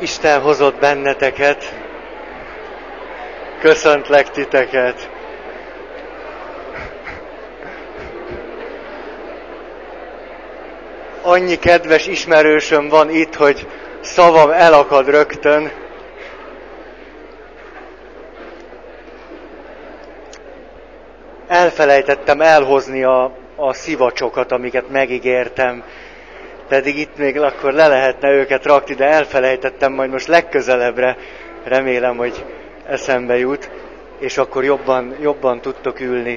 Isten hozott benneteket, köszöntlek titeket. Annyi kedves ismerősöm van itt, hogy szavam elakad rögtön. Elfelejtettem elhozni a szivacsokat, amiket megígértem. Pedig itt még akkor le lehetne őket rakni, de elfelejtettem, majd most legközelebbre remélem, hogy eszembe jut, és akkor jobban tudtok ülni.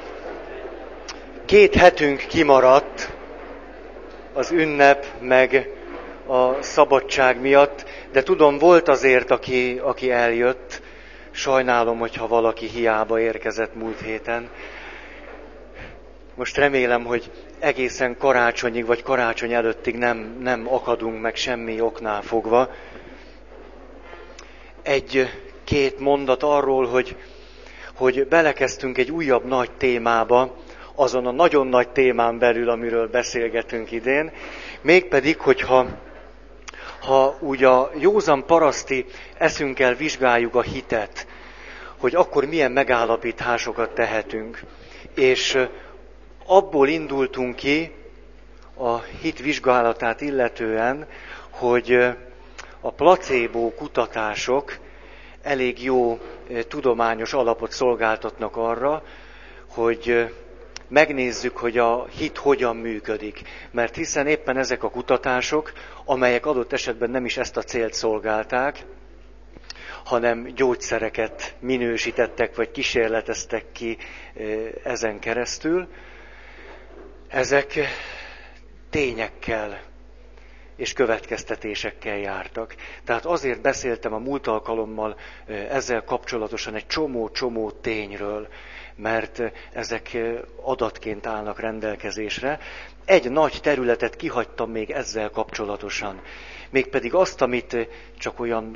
2 hetünk kimaradt az ünnep meg a szabadság miatt, de tudom, volt azért, aki eljött. Sajnálom, hogyha valaki hiába érkezett múlt héten. Most remélem, hogy egészen karácsonyig, vagy karácsony előttig nem akadunk meg semmi oknál fogva. 1-2 mondat arról, hogy belekezdtünk egy újabb nagy témába, azon a nagyon nagy témán belül, amiről beszélgetünk idén. Mégpedig, hogyha úgy a józan paraszti eszünkkel vizsgáljuk a hitet, hogy akkor milyen megállapításokat tehetünk. És abból indultunk ki a hit vizsgálatát illetően, hogy a placebo kutatások elég jó tudományos alapot szolgáltatnak arra, hogy megnézzük, hogy a hit hogyan működik. Mert hiszen éppen ezek a kutatások, amelyek adott esetben nem is ezt a célt szolgálták, hanem gyógyszereket minősítettek, vagy kísérleteztek ki ezen keresztül, ezek tényekkel és következtetésekkel jártak. Tehát azért beszéltem a múlt alkalommal ezzel kapcsolatosan egy csomó tényről, mert ezek adatként állnak rendelkezésre. Egy nagy területet kihagytam még ezzel kapcsolatosan. Mégpedig azt, amit csak olyan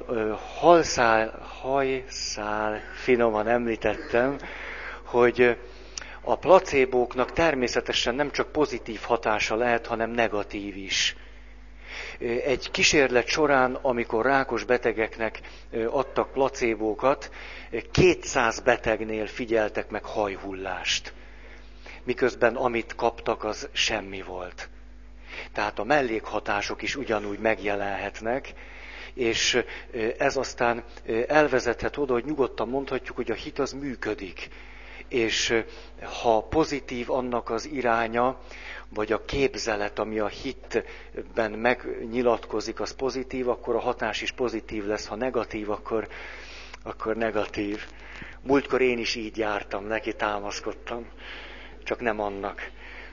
hajszál finoman említettem, hogy a placebóknak természetesen nem csak pozitív hatása lehet, hanem negatív is. Egy kísérlet során, amikor rákos betegeknek adtak placebókat, 200 betegnél figyeltek meg hajhullást, miközben amit kaptak, az semmi volt. Tehát a mellékhatások is ugyanúgy megjelenhetnek, és ez aztán elvezethet oda, hogy nyugodtan mondhatjuk, hogy a hit az működik. És ha pozitív annak az iránya, vagy a képzelet, ami a hitben megnyilatkozik, az pozitív, akkor a hatás is pozitív lesz. Ha negatív, akkor negatív. Múltkor én is így jártam, neki támaszkodtam, csak nem annak.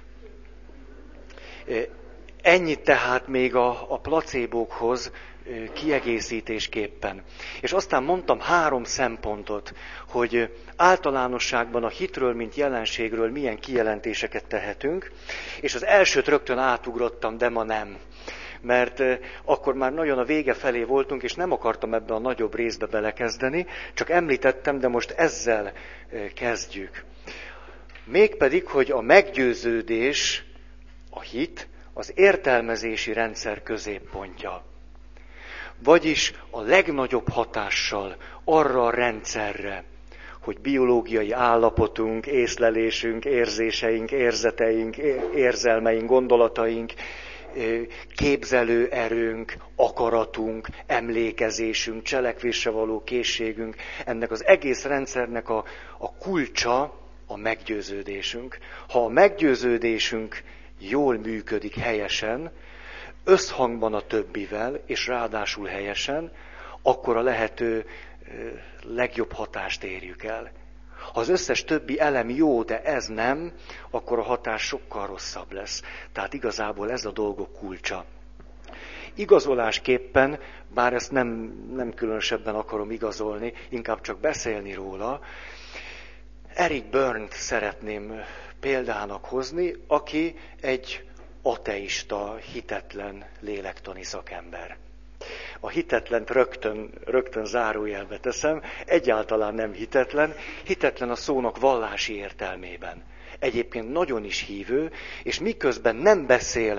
Ennyit tehát még a placebókhoz kiegészítésképpen. És aztán mondtam 3 szempontot, hogy általánosságban a hitről, mint jelenségről milyen kijelentéseket tehetünk, és az elsőt rögtön átugrottam, de ma nem. Mert akkor már nagyon a vége felé voltunk, és nem akartam ebbe a nagyobb részbe belekezdeni, csak említettem, de most ezzel kezdjük. Mégpedig, hogy a meggyőződés, a hit, az értelmezési rendszer középpontja. Vagyis a legnagyobb hatással arra a rendszerre, hogy biológiai állapotunk, észlelésünk, érzéseink, érzeteink, érzelmeink, gondolataink, képzelő erőnk, akaratunk, emlékezésünk, cselekvésre való készségünk, ennek az egész rendszernek a kulcsa a meggyőződésünk. Ha a meggyőződésünk jól működik helyesen, összhangban a többivel, és ráadásul helyesen, akkor a lehető legjobb hatást érjük el. Ha az összes többi elem jó, de ez nem, akkor a hatás sokkal rosszabb lesz. Tehát igazából ez a dolgok kulcsa. Igazolásképpen, bár ezt nem különösebben akarom igazolni, inkább csak beszélni róla, Eric Berne-t szeretném példának hozni, aki egy ateista, hitetlen lélektani szakember. A hitetlent rögtön zárójelbe teszem, egyáltalán nem hitetlen a szónak vallási értelmében. Egyébként nagyon is hívő, és miközben nem beszél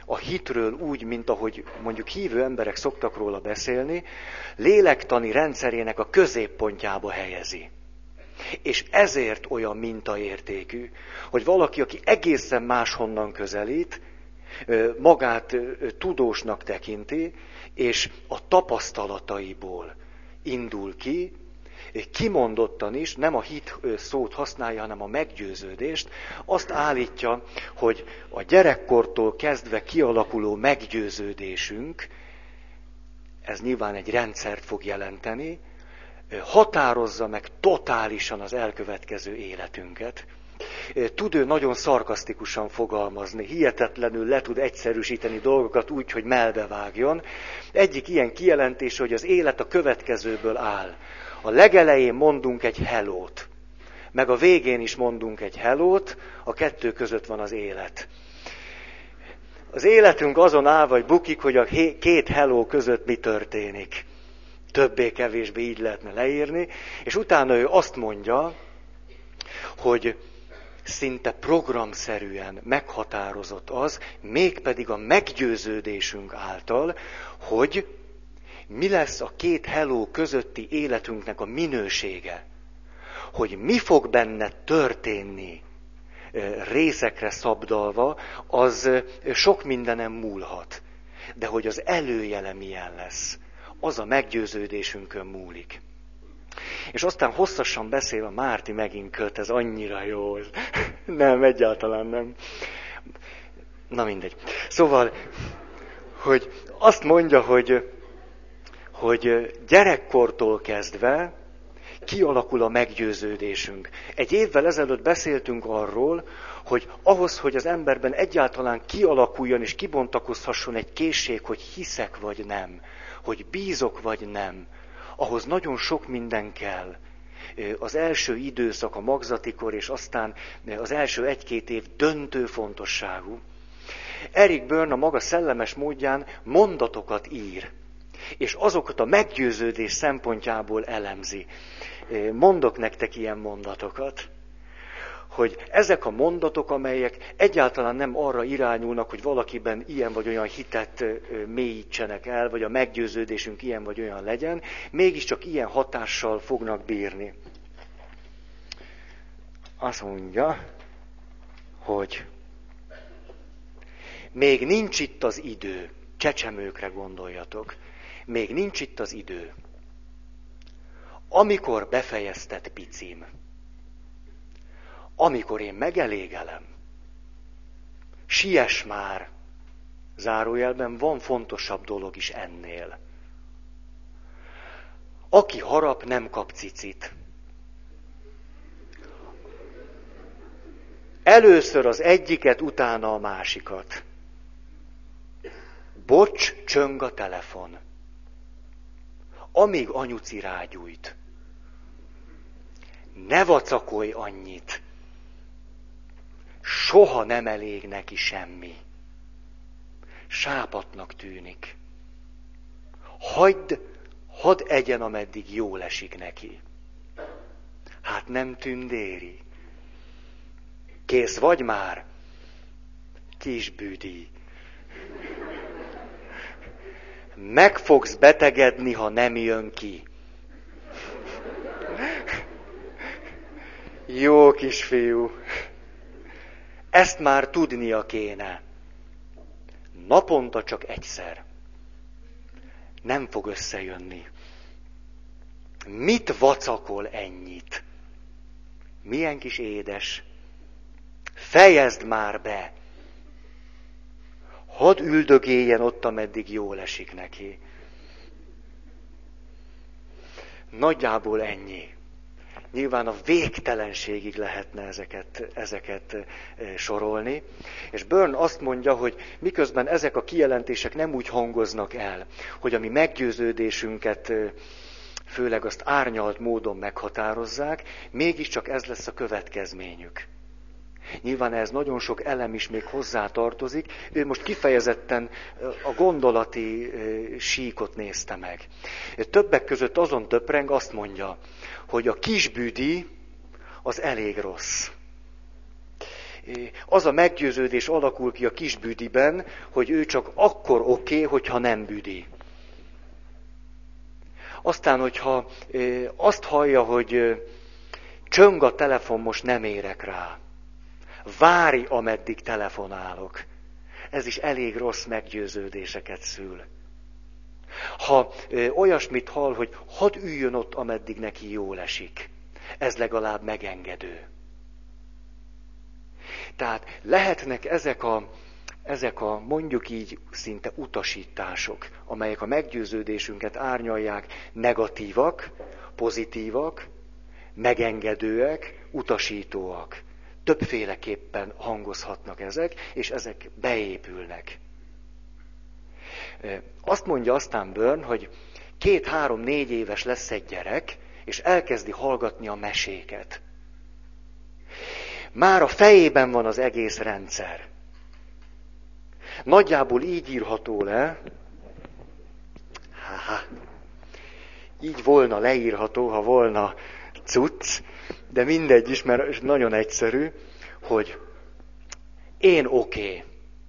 a hitről úgy, mint ahogy mondjuk hívő emberek szoktak róla beszélni, lélektani rendszerének a középpontjába helyezi. És ezért olyan mintaértékű, hogy valaki, aki egészen máshonnan közelít, magát tudósnak tekinti, és a tapasztalataiból indul ki, kimondottan is, nem a hit szót használja, hanem a meggyőződést, azt állítja, hogy a gyerekkortól kezdve kialakuló meggyőződésünk, ez nyilván egy rendszert fog jelenteni, határozza meg totálisan az elkövetkező életünket. Tud ő nagyon szarkasztikusan fogalmazni, hihetetlenül le tud egyszerűsíteni dolgokat úgy, hogy mellbevágjon. Egyik ilyen kijelentés, hogy az élet a következőből áll. A legelején mondunk egy hellót, meg a végén is mondunk egy hellót, a kettő között van az élet. Az életünk azon áll vagy bukik, hogy a két helló között mi történik. Többé-kevésbé így lehetne leírni, és utána ő azt mondja, hogy szinte programszerűen meghatározott az, mégpedig a meggyőződésünk által, hogy mi lesz a két helló közötti életünknek a minősége. Hogy mi fog benne történni részekre szabdalva, az sok mindenem múlhat. De hogy az előjele milyen lesz, az a meggyőződésünkön múlik. És aztán hosszasan beszél a Márti megint költ, ez annyira jó. Nem, egyáltalán nem. Na mindegy. Szóval, hogy azt mondja, hogy gyerekkortól kezdve kialakul a meggyőződésünk. Egy évvel ezelőtt beszéltünk arról, hogy ahhoz, hogy az emberben egyáltalán kialakuljon és kibontakozhasson egy készség, hogy hiszek vagy nem, hogy bízok vagy nem, ahhoz nagyon sok minden kell. Az első időszak, a magzatikor, és aztán az első 1-2 év döntő fontosságú. Eric Berne a maga szellemes módján mondatokat ír, és azokat a meggyőződés szempontjából elemzi. Mondok nektek ilyen mondatokat, hogy ezek a mondatok, amelyek egyáltalán nem arra irányulnak, hogy valakiben ilyen vagy olyan hitet mélyítsenek el, vagy a meggyőződésünk ilyen vagy olyan legyen, mégiscsak ilyen hatással fognak bírni. Azt mondja, hogy még nincs itt az idő, csecsemőkre gondoljatok, még nincs itt az idő, amikor befejezted picim, amikor én megelégelem, siess már, zárójelben van fontosabb dolog is ennél. Aki harap, nem kap cicit. Először az egyiket, utána a másikat. Bocs, csöng a telefon. Amíg anyuci rágyújt. Ne vacakolj annyit. Soha nem elég neki semmi. Sápatnak tűnik. Hadd egyen, ameddig jól esik neki. Hát nem tündéri. Kész vagy már? Kisbüdi. Meg fogsz betegedni, ha nem jön ki. Jó kisfiú. Ezt már tudnia kéne. Naponta csak egyszer. Nem fog összejönni. Mit vacakol ennyit? Milyen kis édes. Fejezd már be. Hadd üldögéljen ott, ameddig jól esik neki. Nagyjából ennyi. Nyilván a végtelenségig lehetne ezeket sorolni. És Berne azt mondja, hogy miközben ezek a kijelentések nem úgy hangoznak el, hogy a mi meggyőződésünket főleg azt árnyalt módon meghatározzák, mégiscsak ez lesz a következményük. Nyilván ehhez nagyon sok elem is még hozzá tartozik. Ő most kifejezetten a gondolati síkot nézte meg. Többek között azon töpreng, azt mondja, hogy a kisbüdi az elég rossz. az a meggyőződés alakul ki a kisbüdiben, hogy ő csak akkor oké, hogyha nem büdi. Aztán, hogyha azt hallja, hogy csöng a telefon, most nem érek rá. Várj, ameddig telefonálok. Ez is elég rossz meggyőződéseket szül. Ha olyasmit hall, hogy hadd üljön ott, ameddig neki jól esik. Ez legalább megengedő. Tehát lehetnek ezek a mondjuk így szinte utasítások, amelyek a meggyőződésünket árnyalják, negatívak, pozitívak, megengedőek, utasítóak. Többféleképpen hangozhatnak ezek, és ezek beépülnek. Azt mondja aztán Byrne, hogy 2-3-4 éves lesz egy gyerek, és elkezdi hallgatni a meséket. Már a fejében van az egész rendszer. Nagyjából így írható le, így volna leírható, ha volna cucc, de mindegy is, mert nagyon egyszerű, hogy én oké,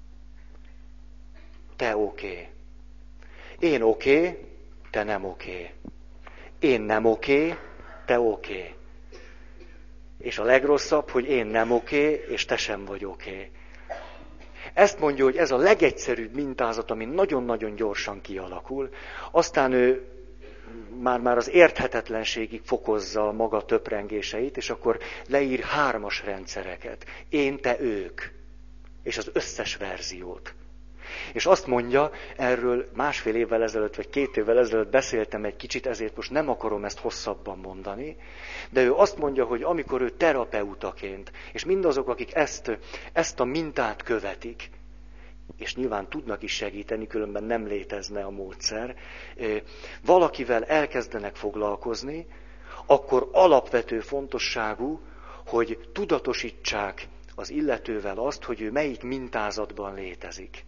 te oké. Én oké, te nem oké. Én nem oké, te oké. És a legrosszabb, hogy én nem oké, és te sem vagy oké. Ezt mondja, hogy ez a legegyszerűbb mintázat, ami nagyon-nagyon gyorsan kialakul. Aztán ő már az érthetetlenségig fokozza a maga töprengéseit, és akkor leír 3-as rendszereket. Én, te, ők. És az összes verziót. És azt mondja, erről 1,5 évvel ezelőtt, vagy 2 évvel ezelőtt beszéltem egy kicsit, ezért most nem akarom ezt hosszabban mondani, de ő azt mondja, hogy amikor ő terapeutaként, és mindazok, akik ezt a mintát követik, és nyilván tudnak is segíteni, különben nem létezne a módszer, valakivel elkezdenek foglalkozni, akkor alapvető fontosságú, hogy tudatosítsák az illetővel azt, hogy ő melyik mintázatban létezik.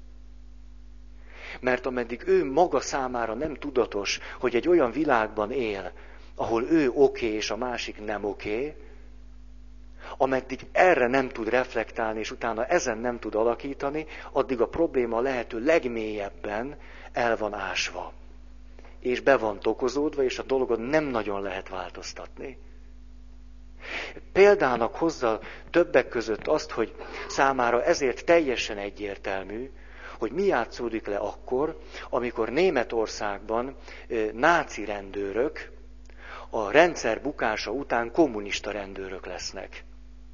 Mert ameddig ő maga számára nem tudatos, hogy egy olyan világban él, ahol ő oké, és a másik nem oké, ameddig erre nem tud reflektálni, és utána ezen nem tud alakítani, addig a probléma lehető legmélyebben el van ásva. És be van tokozódva, és a dolgon nem nagyon lehet változtatni. Példának hozza többek között azt, hogy számára ezért teljesen egyértelmű, hogy mi játszódik le akkor, amikor Németországban náci rendőrök a rendszer bukása után kommunista rendőrök lesznek.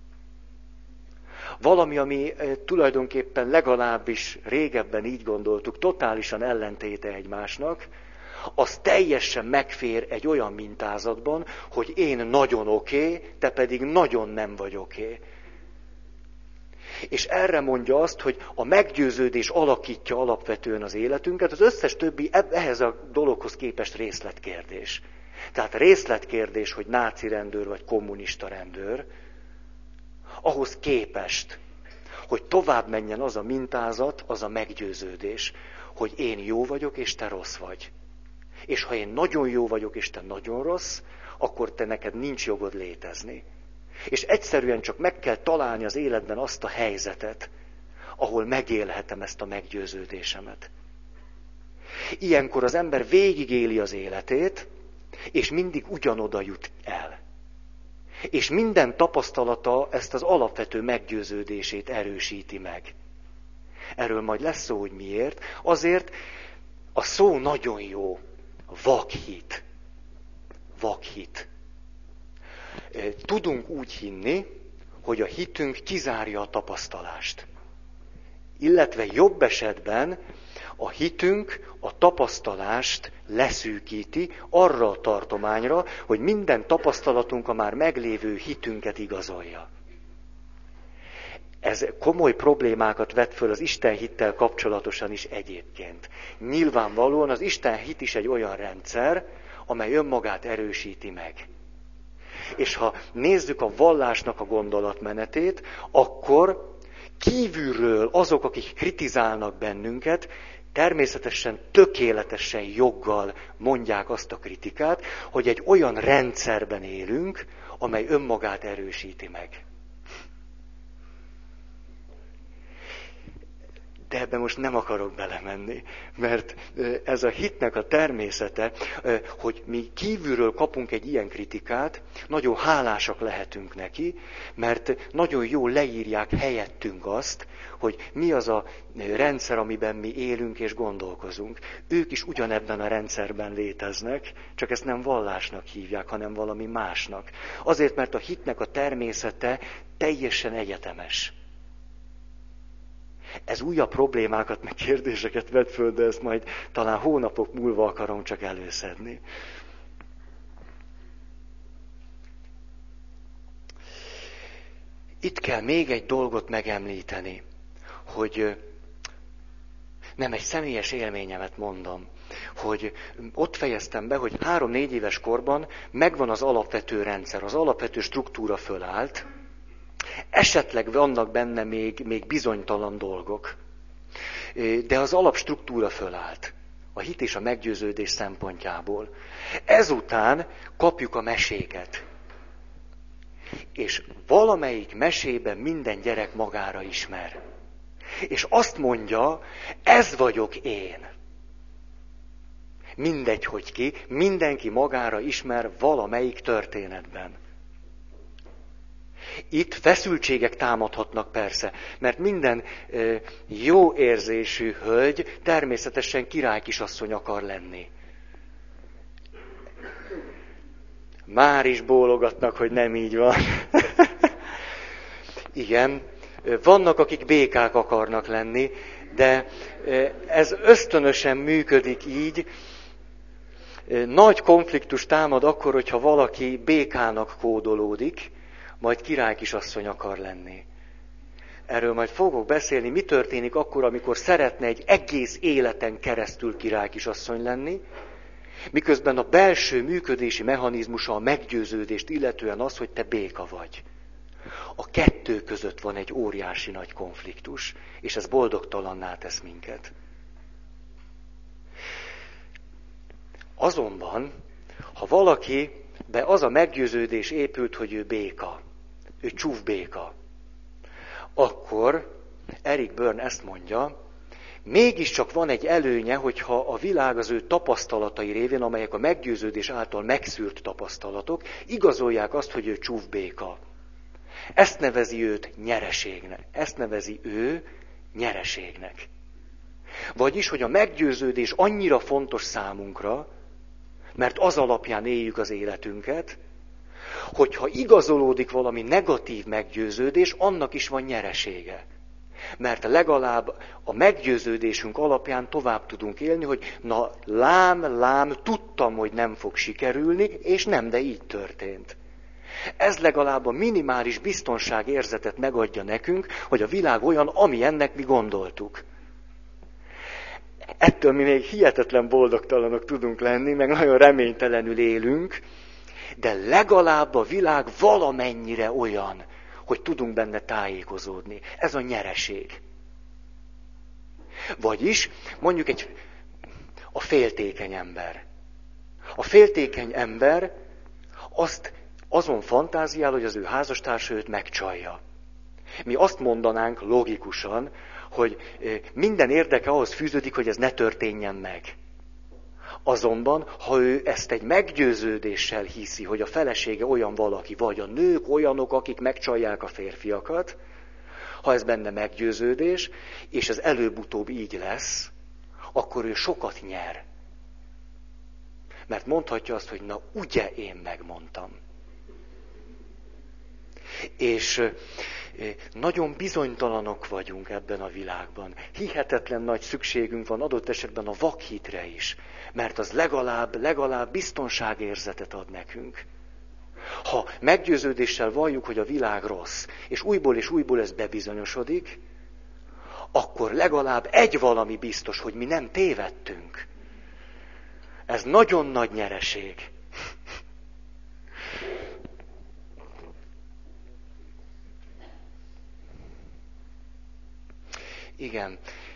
Valami, ami tulajdonképpen legalábbis régebben így gondoltuk, totálisan ellentéte egymásnak, az teljesen megfér egy olyan mintázatban, hogy én nagyon oké, te pedig nagyon nem vagy oké. És erre mondja azt, hogy a meggyőződés alakítja alapvetően az életünket, az összes többi ehhez a dologhoz képest részletkérdés. Tehát részletkérdés, hogy náci rendőr vagy kommunista rendőr, ahhoz képest, hogy tovább menjen az a mintázat, az a meggyőződés, hogy én jó vagyok, és te rossz vagy. És ha én nagyon jó vagyok, és te nagyon rossz, akkor te neked nincs jogod létezni. És egyszerűen csak meg kell találni az életben azt a helyzetet, ahol megélhetem ezt a meggyőződésemet. Ilyenkor az ember végigéli az életét, és mindig ugyanoda jut el. És minden tapasztalata ezt az alapvető meggyőződését erősíti meg. Erről majd lesz szó, hogy miért. Azért a szó nagyon jó. Vakhit. Vakhit. Tudunk úgy hinni, hogy a hitünk kizárja a tapasztalást. Illetve jobb esetben a hitünk a tapasztalást leszűkíti arra a tartományra, hogy minden tapasztalatunk a már meglévő hitünket igazolja. Ez komoly problémákat vet föl az Istenhittel kapcsolatosan is egyébként. Nyilvánvalóan az Istenhit is egy olyan rendszer, amely önmagát erősíti meg. És ha nézzük a vallásnak a gondolatmenetét, akkor kívülről azok, akik kritizálnak bennünket, természetesen tökéletesen joggal mondják azt a kritikát, hogy egy olyan rendszerben élünk, amely önmagát erősíti meg. De ebben most nem akarok belemenni, mert ez a hitnek a természete, hogy mi kívülről kapunk egy ilyen kritikát, nagyon hálásak lehetünk neki, mert nagyon jól leírják helyettünk azt, hogy mi az a rendszer, amiben mi élünk és gondolkozunk. Ők is ugyanebben a rendszerben léteznek, csak ezt nem vallásnak hívják, hanem valami másnak. Azért, mert a hitnek a természete teljesen egyetemes. Ez újabb problémákat, meg kérdéseket vet föl, de ezt majd talán hónapok múlva akarom csak előszedni. Itt kell még egy dolgot megemlíteni, hogy nem egy személyes élményemet mondom, hogy ott fejeztem be, hogy 3-4 éves korban megvan az alapvető rendszer, az alapvető struktúra fölállt, esetleg vannak benne még bizonytalan dolgok, de az alapstruktúra fölállt, a hit és a meggyőződés szempontjából. Ezután kapjuk a meséket. És valamelyik mesében minden gyerek magára ismer. És azt mondja, ez vagyok én. Mindegy, hogy ki, mindenki magára ismer valamelyik történetben. Itt feszültségek támadhatnak persze, mert minden jó érzésű hölgy természetesen királykisasszony akar lenni. Már is bólogatnak, hogy nem így van. Igen, vannak, akik békák akarnak lenni, de ez ösztönösen működik így. Nagy konfliktus támad akkor, hogyha valaki békának kódolódik, majd királykisasszony akar lenni. Erről majd fogok beszélni, mi történik akkor, amikor szeretne egy egész életen keresztül királykisasszony lenni, miközben a belső működési mechanizmusa a meggyőződést illetően az, hogy te béka vagy. A kettő között van egy óriási nagy konfliktus, és ez boldogtalanná tesz minket. Azonban, ha valakibe az a meggyőződés épült, hogy ő béka, ő csúfbéka, akkor Eric Berne ezt mondja, mégiscsak van egy előnye, hogyha a világ az ő tapasztalatai révén, amelyek a meggyőződés által megszűrt tapasztalatok, igazolják azt, hogy ő csúfbéka. Ezt nevezi őt nyereségnek. Ezt nevezi ő nyereségnek. Vagyis, hogy a meggyőződés annyira fontos számunkra, mert az alapján éljük az életünket, hogyha igazolódik valami negatív meggyőződés, annak is van nyeresége. Mert legalább a meggyőződésünk alapján tovább tudunk élni, hogy na lám, tudtam, hogy nem fog sikerülni, és nem, de így történt. Ez legalább a minimális biztonságérzetet megadja nekünk, hogy a világ olyan, ami ennek mi gondoltuk. Ettől mi még hihetetlen boldogtalanok tudunk lenni, meg nagyon reménytelenül élünk, de legalább a világ valamennyire olyan, hogy tudunk benne tájékozódni. Ez a nyereség. Vagyis mondjuk a féltékeny ember. A féltékeny ember azon fantáziál, hogy az ő házastársa őt megcsalja. Mi azt mondanánk logikusan, hogy minden érdeke ahhoz fűződik, hogy ez ne történjen meg. Azonban, ha ő ezt egy meggyőződéssel hiszi, hogy a felesége olyan valaki, vagy a nők olyanok, akik megcsalják a férfiakat, ha ez benne meggyőződés, és ez előbb-utóbb így lesz, akkor ő sokat nyer. Mert mondhatja azt, hogy na ugye én megmondtam. És nagyon bizonytalanok vagyunk ebben a világban. Hihetetlen nagy szükségünk van adott esetben a vakhitre is, mert az legalább biztonságérzetet ad nekünk. Ha meggyőződéssel valljuk, hogy a világ rossz, és újból ez bebizonyosodik, akkor legalább egy valami biztos, hogy mi nem tévedtünk. Ez nagyon nagy nyereség. Igen.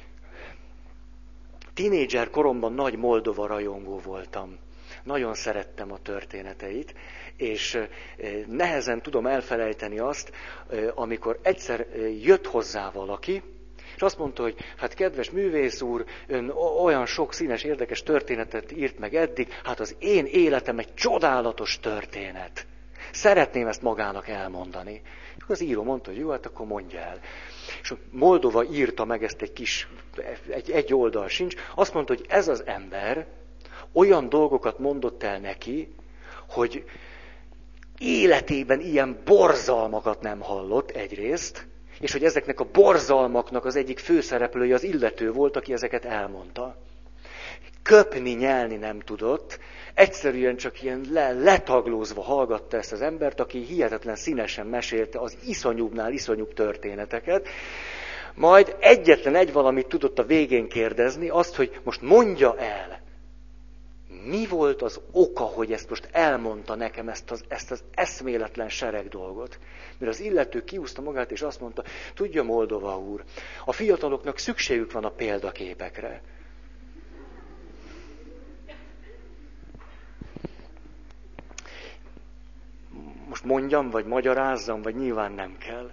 Tínédzser koromban nagy Moldova rajongó voltam. Nagyon szerettem a történeteit, és nehezen tudom elfelejteni azt, amikor egyszer jött hozzá valaki, És azt mondta, hogy hát kedves művész úr, ön olyan sok színes, érdekes történetet írt meg eddig, hát az én életem egy csodálatos történet. Szeretném ezt magának elmondani. És az író mondta, hogy jó, hát akkor mondja el. És Moldova írta meg ezt egy oldal sincs. Azt mondta, hogy ez az ember olyan dolgokat mondott el neki, hogy életében ilyen borzalmakat nem hallott egyrészt, és hogy ezeknek a borzalmaknak az egyik főszereplője az illető volt, aki ezeket elmondta. Köpni, nyelni nem tudott, egyszerűen csak ilyen letaglózva hallgatta ezt az embert, aki hihetetlen színesen mesélte az iszonyúbbnál iszonyúbb történeteket. Majd egyetlen egy valamit tudott a végén kérdezni, azt, hogy most mondja el, mi volt az oka, hogy ezt most elmondta nekem, ezt az eszméletlen sereg dolgot. Mert az illető kiúzta magát, és azt mondta, tudja Moldova úr, a fiataloknak szükségük van a példaképekre. Most mondjam, vagy magyarázzam, vagy nyilván nem kell.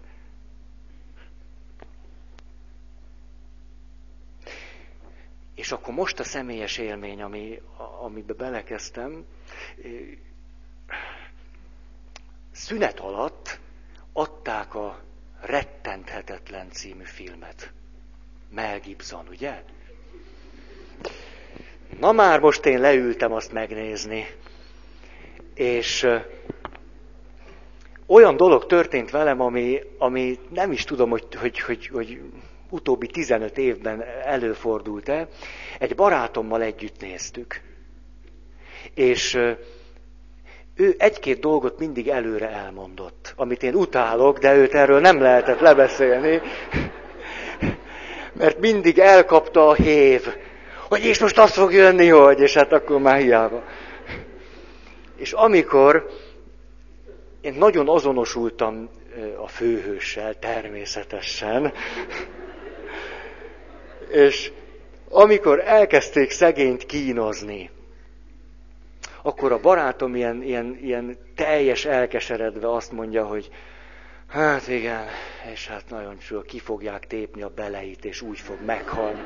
És akkor most a személyes élmény, amiben belekezdtem, szünet alatt adták a Rettenthetetlen című filmet. Mel Gibson, ugye? Na már most én leültem azt megnézni. És olyan dolog történt velem, ami nem is tudom, hogy utóbbi 15 évben előfordult-e. Egy barátommal együtt néztük. És ő egy-két dolgot mindig előre elmondott, amit én utálok, de őt erről nem lehetett lebeszélni, mert mindig elkapta a hév, hogy és most azt fog jönni, hogy, és hát akkor már hiába. És amikor én nagyon azonosultam a főhőssel, természetesen, és amikor elkezdték szegényt kínozni, akkor a barátom ilyen teljes elkeseredve azt mondja, hogy hát igen, és hát nagyon csúnya, ki fogják tépni a beleit, és úgy fog meghalni.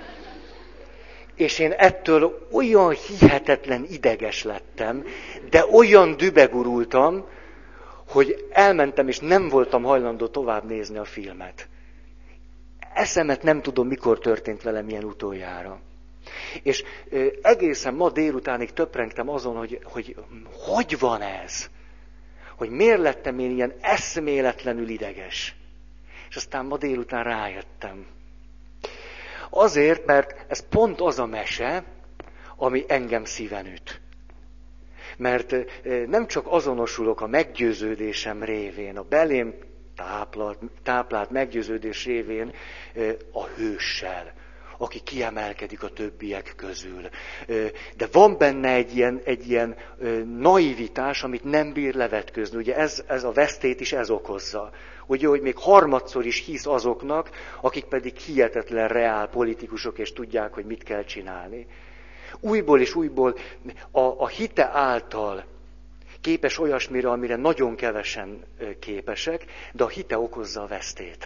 És én ettől olyan hihetetlen ideges lettem, de olyan dübegurultam, hogy elmentem, és nem voltam hajlandó tovább nézni a filmet. Eszemet nem tudom, mikor történt velem ilyen utoljára. És egészen ma délutánig töprengtem azon, hogy van ez? Hogy miért lettem én ilyen eszméletlenül ideges? És aztán ma délután rájöttem. Azért, mert ez pont az a mese, ami engem szíven üt. Mert nem csak azonosulok a meggyőződésem révén, a belém táplált meggyőződés révén a hőssel, aki kiemelkedik a többiek közül. De van benne egy ilyen naivitás, amit nem bír levetközni. Ugye ez a vesztét is ez okozza. Ugye, hogy még harmadszor is hisz azoknak, akik pedig hihetetlen reál politikusok, és tudják, hogy mit kell csinálni. Újból és újból a hite által képes olyasmire, amire nagyon kevesen képesek, de a hite okozza a vesztét.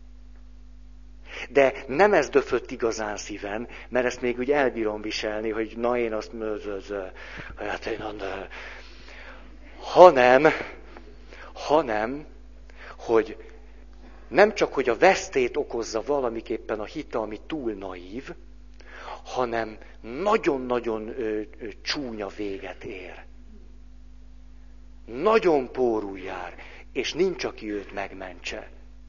De nem ez döfött igazán szíven, mert ezt még úgy elbírom viselni, hogy na én azt hát én hanem, hogy nem csak, hogy a vesztét okozza valamiképpen a hite, ami túl naív, hanem nagyon-nagyon csúnya véget ér. Nagyon pórul jár, és nincs, aki őt megmentse.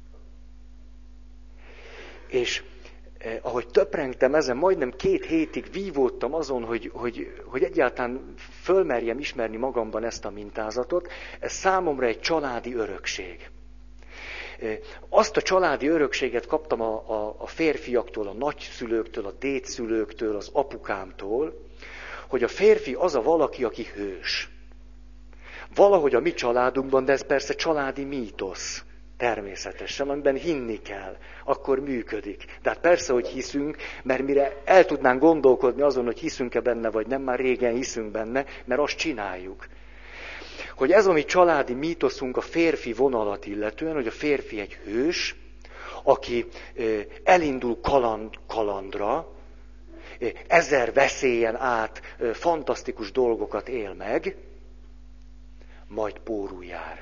És ahogy töprengtem ezen, majdnem 2 hétig vívódtam azon, hogy egyáltalán fölmerjem ismerni magamban ezt a mintázatot, ez számomra egy családi örökség. Azt a családi örökséget kaptam a férfiaktól, a nagyszülőktől, a dédszülőktől, az apukámtól, hogy a férfi az a valaki, aki hős. Valahogy a mi családunkban, de ez persze családi mítosz, természetesen, amiben hinni kell, akkor működik. De hát persze, hogy hiszünk, mert mire el tudnánk gondolkodni azon, hogy hiszünk-e benne, vagy nem, már régen hiszünk benne, mert azt csináljuk. Hogy ez a mi családi mítoszunk a férfi vonalat illetően, hogy a férfi egy hős, aki elindul kalandra, 1000 veszélyen át fantasztikus dolgokat él meg, majd pórul jár.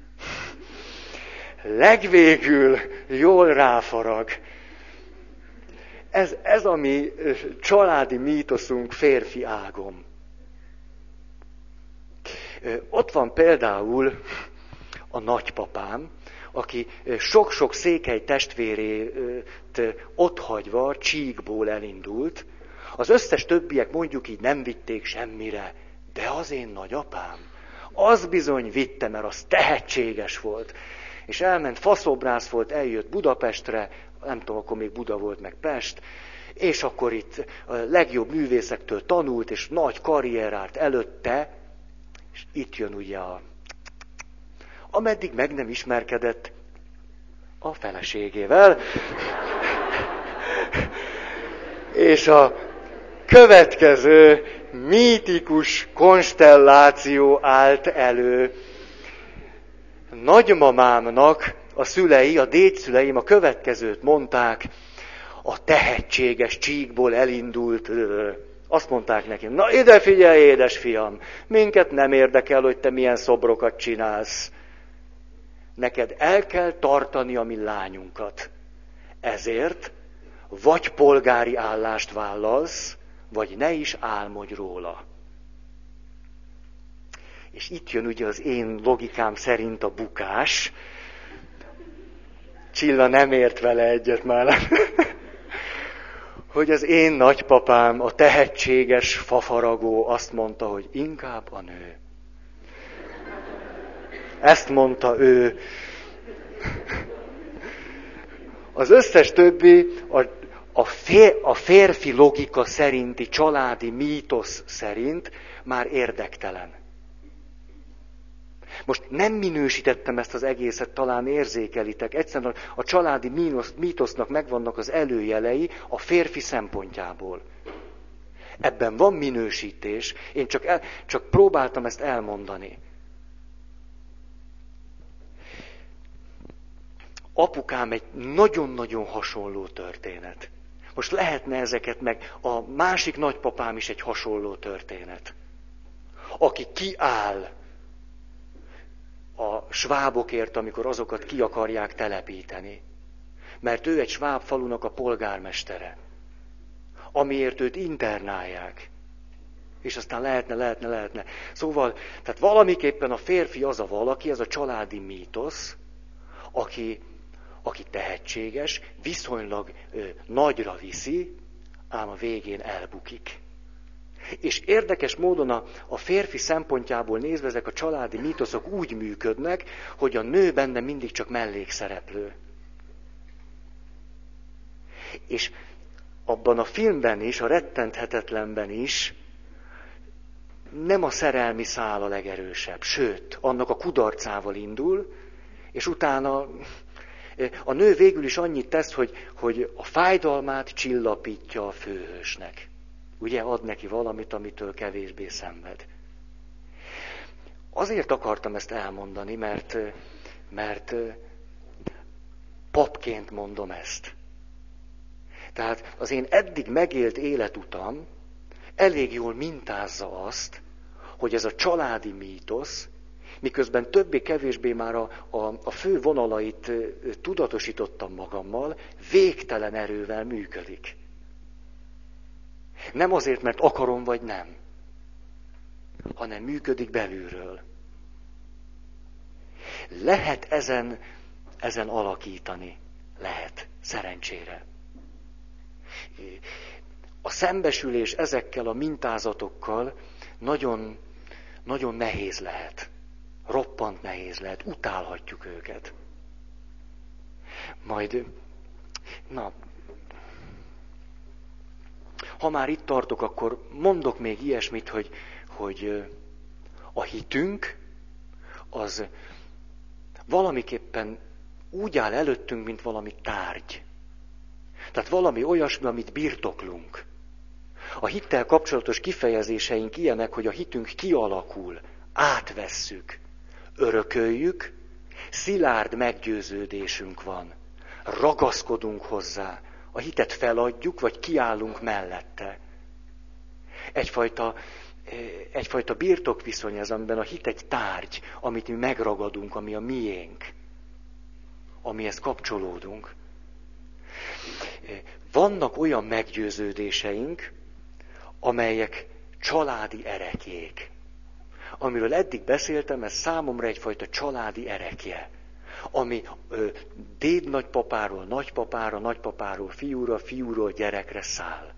Legvégül jól ráfarag. Ez a mi családi mítoszunk férfi ágom. Ott van például a nagypapám, aki sok-sok székely testvérét otthagyva Csíkból elindult. Az összes többiek mondjuk így nem vitték semmire, de az én nagyapám, az bizony vitte, mert az tehetséges volt. És elment, faszobrász volt, eljött Budapestre, nem tudom, akkor még Buda volt, meg Pest, és akkor itt a legjobb művészektől tanult, és nagy karrierárt előtte, és itt jön ugye ameddig meg nem ismerkedett a feleségével. És a következő mítikus konstelláció állt elő. Nagymamámnak a szülei, a dédszüleim a következőt mondták, a tehetséges Csíkból elindult. Azt mondták neki, na ide figyelj, édesfiam, minket nem érdekel, hogy te milyen szobrokat csinálsz. Neked el kell tartani a mi lányunkat. Ezért vagy polgári állást vállalsz, vagy ne is álmodj róla. És itt jön ugye az én logikám szerint a bukás. Csilla nem ért vele egyet már. Hogy az én nagypapám, a tehetséges fafaragó azt mondta, hogy inkább a nő. Ezt mondta ő. Az összes többi a férfi logika szerinti családi mítosz szerint már érdektelen. Most nem minősítettem ezt az egészet, talán érzékelitek. Egyszerűen a családi mítosznak megvannak az előjelei a férfi szempontjából. Ebben van minősítés, én csak próbáltam ezt elmondani. Apukám egy nagyon-nagyon hasonló történet. Most lehetne ezeket meg, a másik nagypapám is egy hasonló történet. Aki kiáll a svábokért, amikor azokat ki akarják telepíteni. Mert ő egy sváb falunak a polgármestere. Amiért őt internálják. És aztán lehetne. Szóval, tehát valamiképpen a férfi az a valaki, ez a családi mítosz, aki tehetséges, viszonylag nagyra viszi, ám a végén elbukik. És érdekes módon a férfi szempontjából nézve ezek a családi mítoszok úgy működnek, hogy a nő benne mindig csak mellékszereplő. És abban a filmben is, a rettenthetetlenben is nem a szerelmi szál a legerősebb, sőt, annak a kudarcával indul, és utána a nő végül is annyit tesz, hogy a fájdalmát csillapítja a főhősnek. Ugye ad neki valamit, amitől kevésbé szenved. Azért akartam ezt elmondani, mert papként mondom ezt. Tehát az én eddig megélt életutam elég jól mintázza azt, hogy ez a családi mítosz, miközben többé-kevésbé már a fő vonalait tudatosítottam magammal, végtelen erővel működik. Nem azért, mert akarom vagy nem, hanem működik belülről. Lehet ezen alakítani. Lehet, szerencsére. A szembesülés ezekkel a mintázatokkal nagyon, nagyon nehéz lehet. Roppant nehéz lehet. Utálhatjuk őket. Majd, ha már itt tartok, akkor mondok még ilyesmit, hogy a hitünk az valamiképpen úgy áll előttünk, mint valami tárgy. Tehát valami olyasmi, amit birtoklunk. A hittel kapcsolatos kifejezéseink ilyenek, hogy a hitünk kialakul, átvesszük, örököljük, szilárd meggyőződésünk van. ragaszkodunk hozzá. A hitet feladjuk, vagy kiállunk mellette. Egyfajta birtokviszony ez, amiben a hit egy tárgy, amit mi megragadunk, ami a miénk, amihez kapcsolódunk. Vannak olyan meggyőződéseink, amelyek családi ereklyék. Amiről eddig beszéltem, ez számomra egyfajta családi erekje, ami dédnagypapáról nagypapára, nagypapáról fiúra, fiúról gyerekre száll.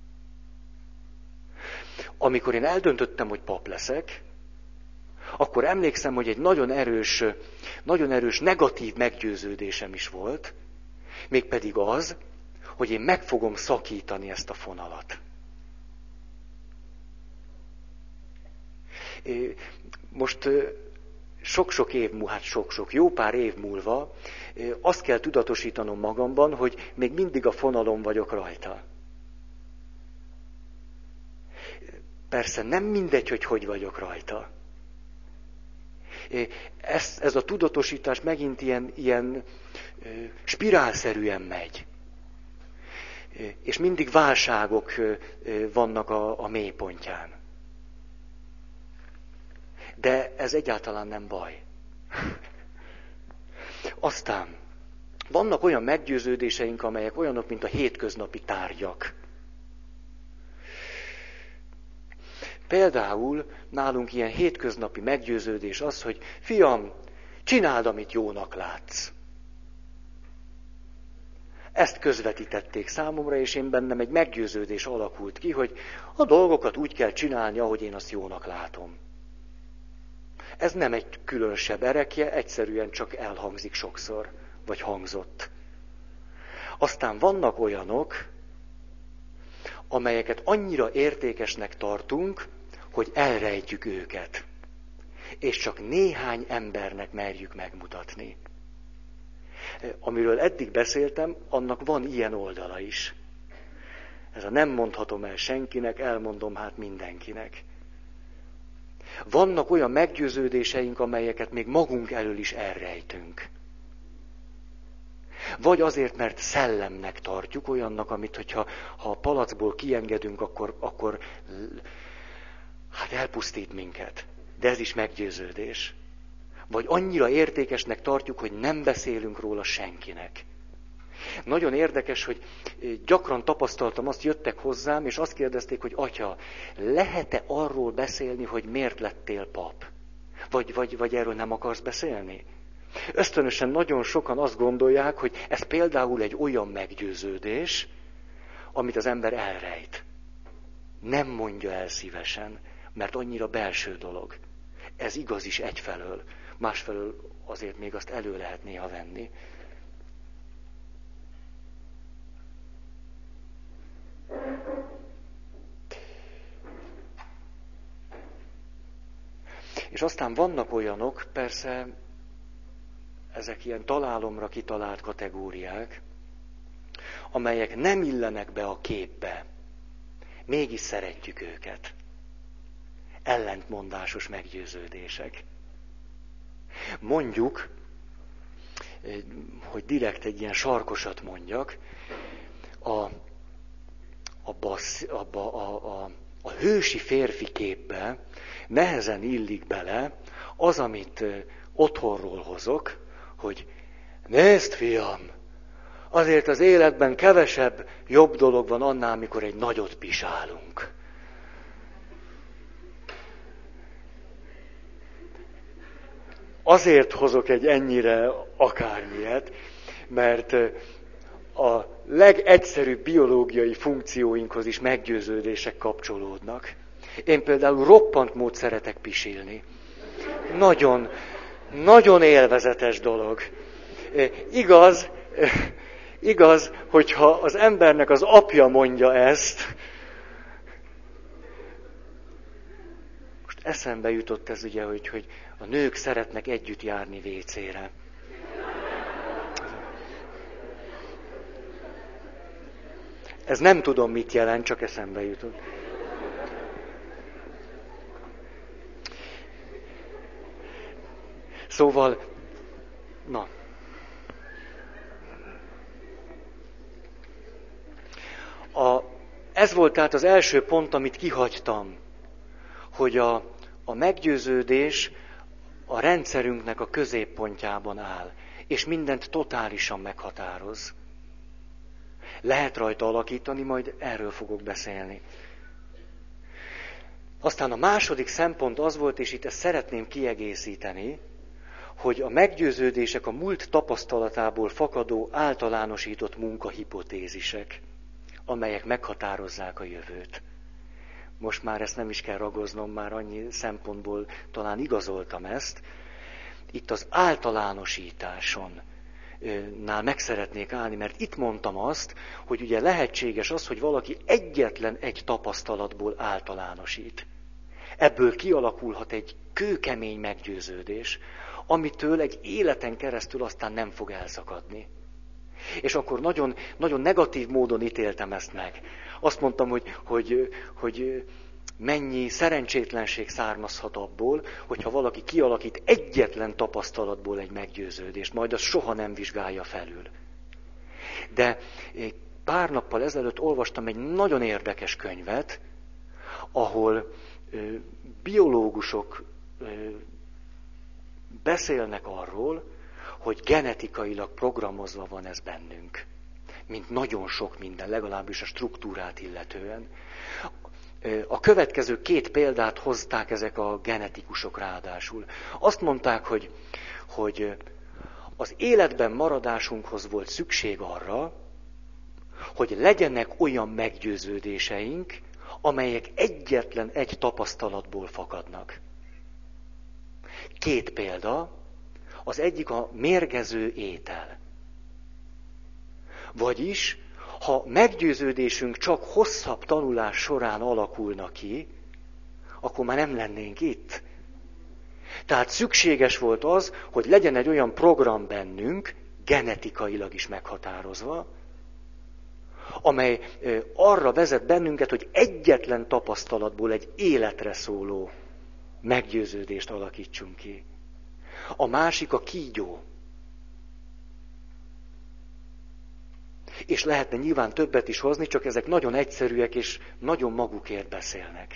Amikor én eldöntöttem, hogy pap leszek, akkor emlékszem, hogy egy nagyon erős negatív meggyőződésem is volt, mégpedig az, hogy én meg fogom szakítani ezt a fonalat. Most sok-sok év múlva, jó pár év múlva azt kell tudatosítanom magamban, hogy még mindig a fonalon vagyok rajta. Persze nem mindegy, hogy vagyok rajta. Ez a tudatosítás megint ilyen spirálszerűen megy. És mindig válságok vannak a mélypontján. De ez egyáltalán nem baj. Aztán vannak olyan meggyőződéseink, amelyek olyanok, mint a hétköznapi tárgyak. Például nálunk ilyen hétköznapi meggyőződés az, hogy fiam, csináld, amit jónak látsz. Ezt közvetítették számomra, és én bennem egy meggyőződés alakult ki, hogy a dolgokat úgy kell csinálni, ahogy én azt jónak látom. Ez nem egy különösebb erekje, egyszerűen csak elhangzik sokszor, vagy hangzott. Aztán vannak olyanok, amelyeket annyira értékesnek tartunk, hogy elrejtjük őket. És csak néhány embernek merjük megmutatni. Amiről eddig beszéltem, annak van ilyen oldala is. Ez a nem mondhatom el senkinek, elmondom hát mindenkinek. Vannak olyan meggyőződéseink, amelyeket még magunk elől is elrejtünk. Vagy azért, mert szellemnek tartjuk, olyannak, amit, hogyha a palacból kiengedünk, akkor hát elpusztít minket. De ez is meggyőződés. Vagy annyira értékesnek tartjuk, hogy nem beszélünk róla senkinek. Nagyon érdekes, hogy gyakran tapasztaltam, azt jöttek hozzám, és azt kérdezték, hogy atya, lehet-e arról beszélni, hogy miért lettél pap? Vagy erről nem akarsz beszélni? Ösztönösen nagyon sokan azt gondolják, hogy ez például egy olyan meggyőződés, amit az ember elrejt. Nem mondja el szívesen, mert annyira belső dolog. Ez igaz is egyfelől, másfelől azért még azt elő lehet néha venni. És aztán vannak olyanok, persze ezek ilyen találomra kitalált kategóriák, amelyek nem illenek be a képbe, mégis szeretjük őket. Ellentmondásos meggyőződések. Mondjuk, hogy direkt egy ilyen sarkosat mondjak, a hősi férfi képbe nehezen illik bele az, amit otthonról hozok, hogy nézd, fiam, azért az életben kevesebb jobb dolog van annál, amikor egy nagyot pisálunk. Azért hozok egy ennyire akármilyet, mert a legegyszerűbb biológiai funkcióinkhoz is meggyőződések kapcsolódnak. Én például roppant mód szeretek pisilni. Nagyon, nagyon élvezetes dolog. Igaz, hogyha az embernek az apja mondja ezt, most eszembe jutott ez ugye, hogy a nők szeretnek együtt járni vécére. Ez nem tudom, mit jelent, csak eszembe jutott. Szóval, na. Ez volt tehát az első pont, amit kihagytam, hogy a meggyőződés a rendszerünknek a középpontjában áll, és mindent totálisan meghatároz. Lehet rajta alakítani, majd erről fogok beszélni. Aztán a második szempont az volt, és itt ezt szeretném kiegészíteni, hogy a meggyőződések a múlt tapasztalatából fakadó általánosított munkahipotézisek, amelyek meghatározzák a jövőt. Most már ezt nem is kell ragoznom, már annyi szempontból talán igazoltam ezt. Itt az általánosításonnál meg szeretnék állni, mert itt mondtam azt, hogy ugye lehetséges az, hogy valaki egyetlen egy tapasztalatból általánosít. Ebből kialakulhat egy kőkemény meggyőződés, amitől egy életen keresztül aztán nem fog elszakadni. És akkor nagyon, nagyon negatív módon ítéltem ezt meg. Azt mondtam, hogy mennyi szerencsétlenség származhat abból, hogyha valaki kialakít egyetlen tapasztalatból egy meggyőződést, majd azt soha nem vizsgálja felül. De pár nappal ezelőtt olvastam egy nagyon érdekes könyvet, ahol biológusok beszélnek arról, hogy genetikailag programozva van ez bennünk. Mint nagyon sok minden, legalábbis a struktúrát illetően. A következő 2 példát hozták ezek a genetikusok ráadásul. Azt mondták, hogy az életben maradásunkhoz volt szükség arra, hogy legyenek olyan meggyőződéseink, amelyek egyetlen egy tapasztalatból fakadnak. 2 példa, az egyik a mérgező étel. Vagyis, ha meggyőződésünk csak hosszabb tanulás során alakulna ki, akkor már nem lennénk itt. Tehát szükséges volt az, hogy legyen egy olyan program bennünk, genetikailag is meghatározva, amely arra vezet bennünket, hogy egyetlen tapasztalatból egy életre szóló meggyőződést alakítsunk ki. A másik a kígyó. És lehetne nyilván többet is hozni, csak ezek nagyon egyszerűek és nagyon magukért beszélnek.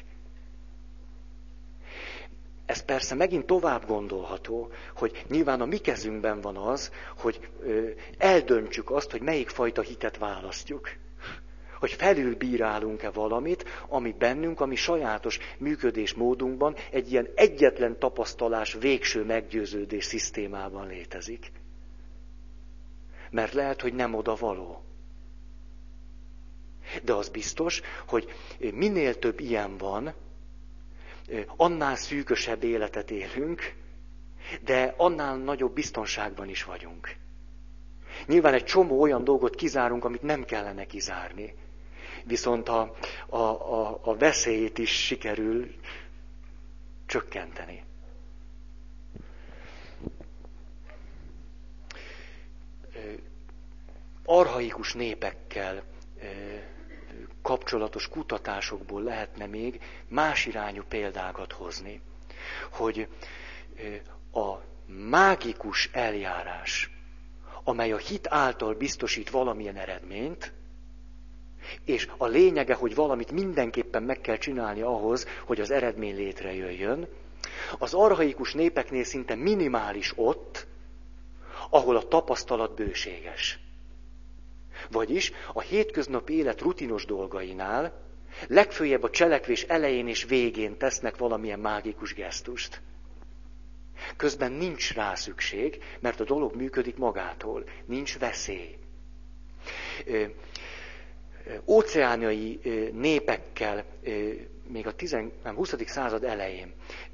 Ez persze megint tovább gondolható, hogy nyilván a mi kezünkben van az, hogy eldöntsük azt, hogy melyik fajta hitet választjuk. Hogy felülbírálunk-e valamit, ami bennünk, ami sajátos működésmódunkban egy ilyen egyetlen tapasztalás végső meggyőződés szisztémában létezik. Mert lehet, hogy nem oda való. De az biztos, hogy minél több ilyen van, annál szűkösebb életet élünk, de annál nagyobb biztonságban is vagyunk. Nyilván egy csomó olyan dolgot kizárunk, amit nem kellene kizárni. Viszont a veszélyét is sikerül csökkenteni. Archaikus népekkel kapcsolatos kutatásokból lehetne még más irányú példákat hozni, hogy a mágikus eljárás, amely a hit által biztosít valamilyen eredményt, és a lényege, hogy valamit mindenképpen meg kell csinálni ahhoz, hogy az eredmény létrejöjjön, az archaikus népeknél szinte minimális ott, ahol a tapasztalat bőséges. Vagyis a hétköznapi élet rutinos dolgainál legföljebb a cselekvés elején és végén tesznek valamilyen mágikus gesztust. Közben nincs rá szükség, mert a dolog működik magától, nincs veszély. Óceániai népekkel még a 20. század elején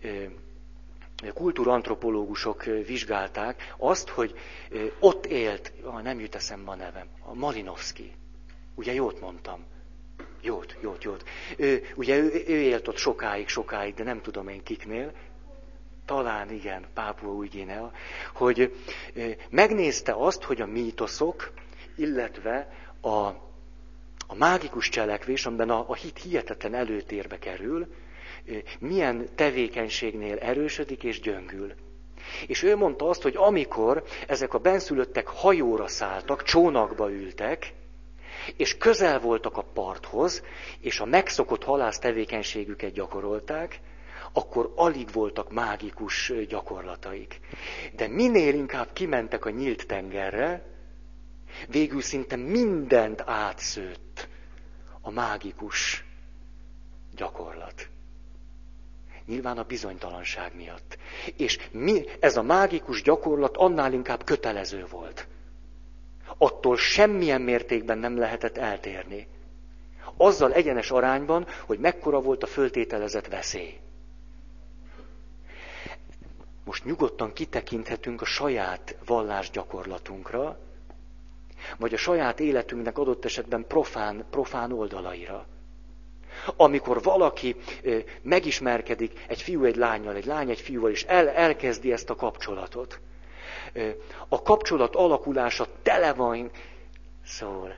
kultúrantropológusok vizsgálták azt, hogy ott élt, nem jut eszembe a nevem, a Malinowski. Ugye jót mondtam? Jót. Ugye ő élt ott sokáig, de nem tudom én kiknél. Talán igen, Pápua Új-Guinea, hogy megnézte azt, hogy a mítoszok, illetve a mágikus cselekvés, amiben a hit hihetetlen előtérbe kerül, milyen tevékenységnél erősödik és gyöngül. És ő mondta azt, hogy amikor ezek a benszülöttek hajóra szálltak, csónakba ültek, és közel voltak a parthoz, és a megszokott halász tevékenységüket gyakorolták, akkor alig voltak mágikus gyakorlataik. De minél inkább kimentek a nyílt tengerre, végül szinte mindent átszőtt a mágikus gyakorlat. Nyilván a bizonytalanság miatt. És ez a mágikus gyakorlat annál inkább kötelező volt. Attól semmilyen mértékben nem lehetett eltérni. Azzal egyenes arányban, hogy mekkora volt a föltételezett veszély. Most nyugodtan kitekinthetünk a saját vallásgyakorlatunkra, vagy a saját életünknek adott esetben profán oldalaira. Amikor valaki megismerkedik egy fiú egy lánnyal, egy lány egy fiúval, és elkezdi ezt a kapcsolatot. A kapcsolat alakulása tele van, szóval,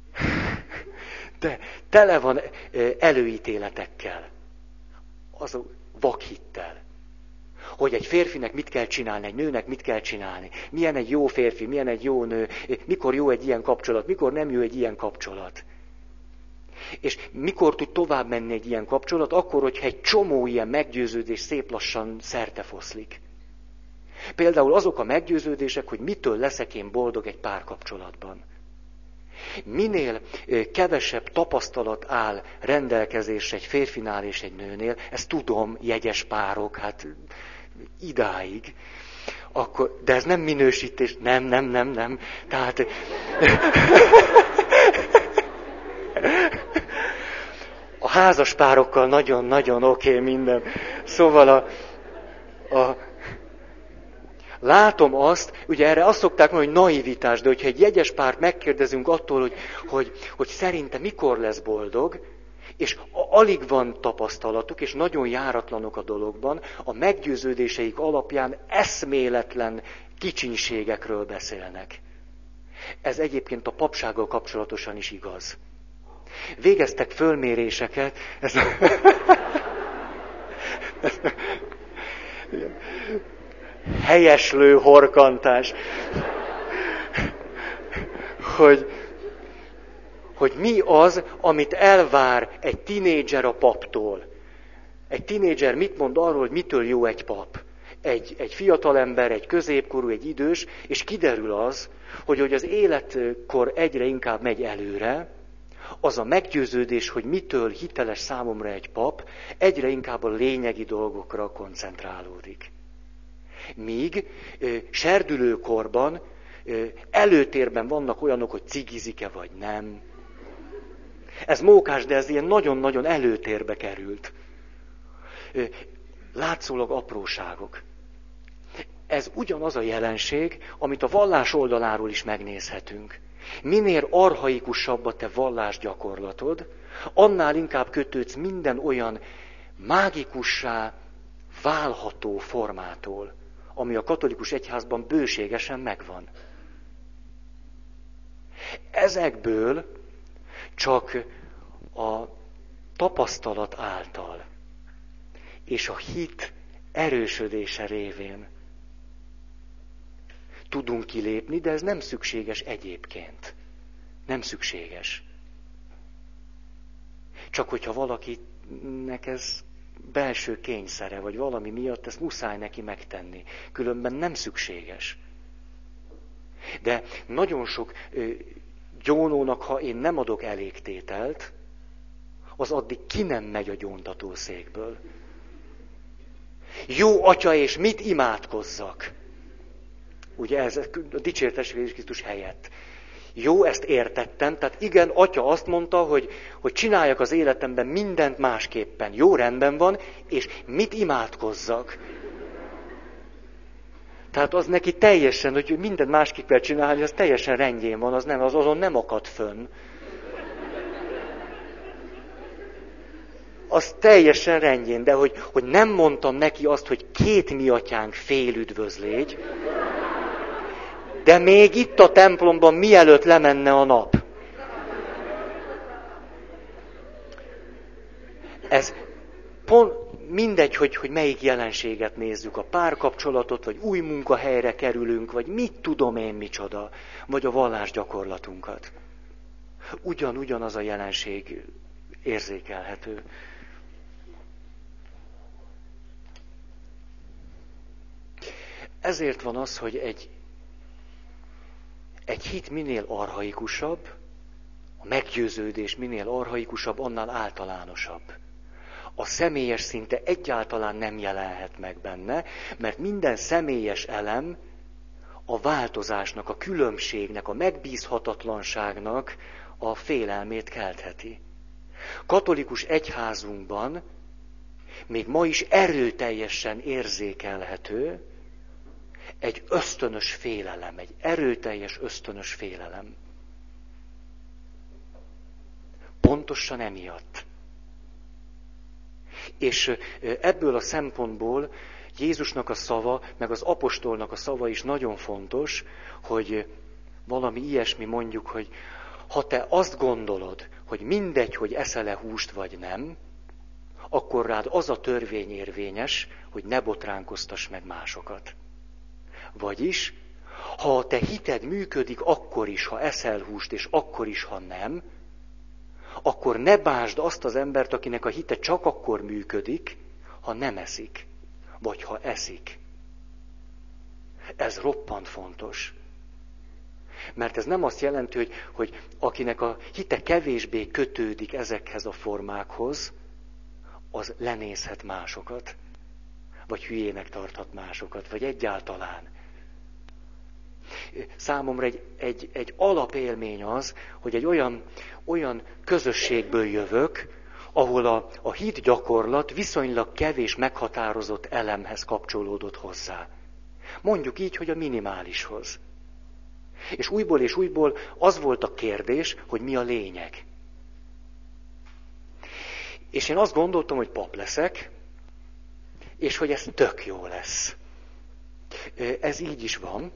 de tele van előítéletekkel, az vakhittel. Hogy egy férfinek mit kell csinálni, egy nőnek mit kell csinálni, milyen egy jó férfi, milyen egy jó nő, mikor jó egy ilyen kapcsolat, mikor nem jó egy ilyen kapcsolat. És mikor tud tovább menni egy ilyen kapcsolat, akkor, hogyha egy csomó ilyen meggyőződés szép lassan szertefoszlik. Például azok a meggyőződések, hogy mitől leszek én boldog egy párkapcsolatban. Minél kevesebb tapasztalat áll rendelkezésre egy férfinál és egy nőnél, ezt tudom, jegyes párok, hát idáig, akkor, de ez nem minősítés, nem. Tehát... A házas párokkal nagyon-nagyon oké minden. Szóval látom azt, ugye erre azt szokták mondani, hogy naivitás, de hogyha egy jegyes párt megkérdezünk attól, hogy szerinte mikor lesz boldog, és alig van tapasztalatuk, és nagyon járatlanok a dologban, a meggyőződéseik alapján eszméletlen kicsinségekről beszélnek. Ez egyébként a papsággal kapcsolatosan is igaz. Végeztek fölméréseket, helyeslő horkantás, hogy mi az, amit elvár egy tinédzser a paptól. Egy tinédzser mit mond arról, hogy mitől jó egy pap? Egy fiatalember, egy középkorú, egy idős, és kiderül az, hogy az életkor egyre inkább megy előre, az a meggyőződés, hogy mitől hiteles számomra egy pap, egyre inkább a lényegi dolgokra koncentrálódik. Míg serdülőkorban előtérben vannak olyanok, hogy cigizik-e vagy nem. Ez mókás, de ez ilyen nagyon-nagyon előtérbe került. Látszólag apróságok. Ez ugyanaz a jelenség, amit a vallás oldaláról is megnézhetünk. Minél archaikusabb a te vallásgyakorlatod, annál inkább kötődsz minden olyan mágikussá válható formától, ami a katolikus egyházban bőségesen megvan. Ezekből csak a tapasztalat által és a hit erősödése révén tudunk kilépni, de ez nem szükséges egyébként. Nem szükséges. Csak hogyha valakinek ez belső kényszere, vagy valami miatt ezt muszáj neki megtenni. Különben nem szükséges. De nagyon sok gyónónak, ha én nem adok elégtételt, az addig ki nem megy a gyóntatószékből. Jó atya, és mit imádkozzak? Ugye ez a dicséretes Jézus Krisztus helyett. Jó, ezt értettem, tehát igen, atya azt mondta, hogy csináljak az életemben mindent másképpen. Jó, rendben van, és mit imádkozzak? Tehát az neki teljesen, hogy mindent másképp kell csinálni, az teljesen rendjén van, azon nem akad fönn. Az teljesen rendjén, de hogy nem mondtam neki azt, hogy 2 mi atyánk félüdvözlégy, de még itt a templomban mielőtt lemenne a nap. Ez pont mindegy, hogy melyik jelenséget nézzük, a párkapcsolatot, vagy új munkahelyre kerülünk, vagy mit tudom én micsoda, vagy a vallásgyakorlatunkat. ugyanaz a jelenség érzékelhető. Ezért van az, hogy egy hit minél archaikusabb, a meggyőződés minél archaikusabb, annál általánosabb. A személyes szinte egyáltalán nem jelenhet meg benne, mert minden személyes elem a változásnak, a különbségnek, a megbízhatatlanságnak a félelmét keltheti. Katolikus egyházunkban még ma is erőteljesen érzékelhető egy ösztönös félelem, egy erőteljes ösztönös félelem. Pontosan emiatt. És ebből a szempontból Jézusnak a szava, meg az apostolnak a szava is nagyon fontos, hogy valami ilyesmi mondjuk, hogy ha te azt gondolod, hogy mindegy, hogy eszel-e húst vagy nem, akkor rád az a törvény érvényes, hogy ne botránkoztass meg másokat. Vagyis, ha a te hited működik akkor is, ha eszel húst, és akkor is, ha nem, akkor ne básd azt az embert, akinek a hite csak akkor működik, ha nem eszik, vagy ha eszik. Ez roppant fontos. Mert ez nem azt jelenti, hogy akinek a hite kevésbé kötődik ezekhez a formákhoz, az lenézhet másokat, vagy hülyének tarthat másokat, vagy egyáltalán. Számomra egy alapélmény az, hogy egy olyan közösségből jövök, ahol a hit gyakorlat viszonylag kevés meghatározott elemhez kapcsolódott hozzá. Mondjuk így, hogy a minimálishoz. És újból az volt a kérdés, hogy mi a lényeg. És én azt gondoltam, hogy pap leszek, és hogy ez tök jó lesz. Ez így is van.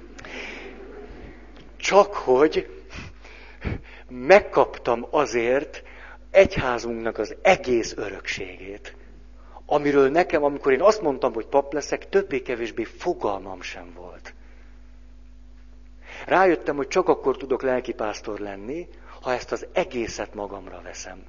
Csak hogy megkaptam azért egyházunknak az egész örökségét, amiről nekem, amikor én azt mondtam, hogy pap leszek, többé-kevésbé fogalmam sem volt. Rájöttem, hogy csak akkor tudok lelkipásztor lenni, ha ezt az egészet magamra veszem.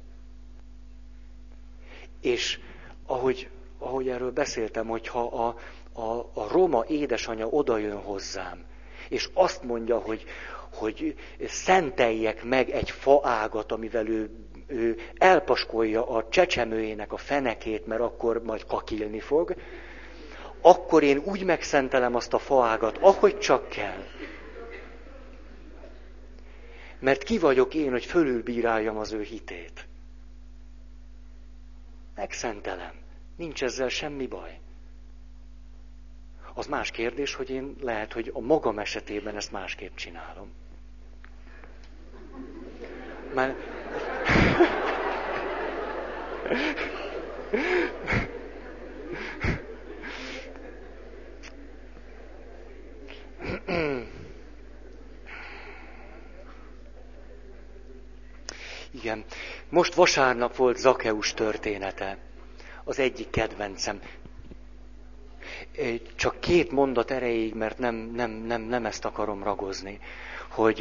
És ahogy erről beszéltem, hogyha a roma édesanyja odajön hozzám, és azt mondja, hogy szenteljek meg egy faágat, amivel ő elpaskolja a csecsemőjének a fenekét, mert akkor majd kakilni fog, akkor én úgy megszentelem azt a faágat, ahogy csak kell. Mert ki vagyok én, hogy fölülbíráljam az ő hitét. Megszentelem. Nincs ezzel semmi baj. Az más kérdés, hogy én lehet, hogy a magam esetében ezt másképp csinálom. Már... Igen. Most vasárnap volt Zakkeus története. Az egyik kedvencem. Csak 2 mondat erejéig, mert nem ezt akarom ragozni, hogy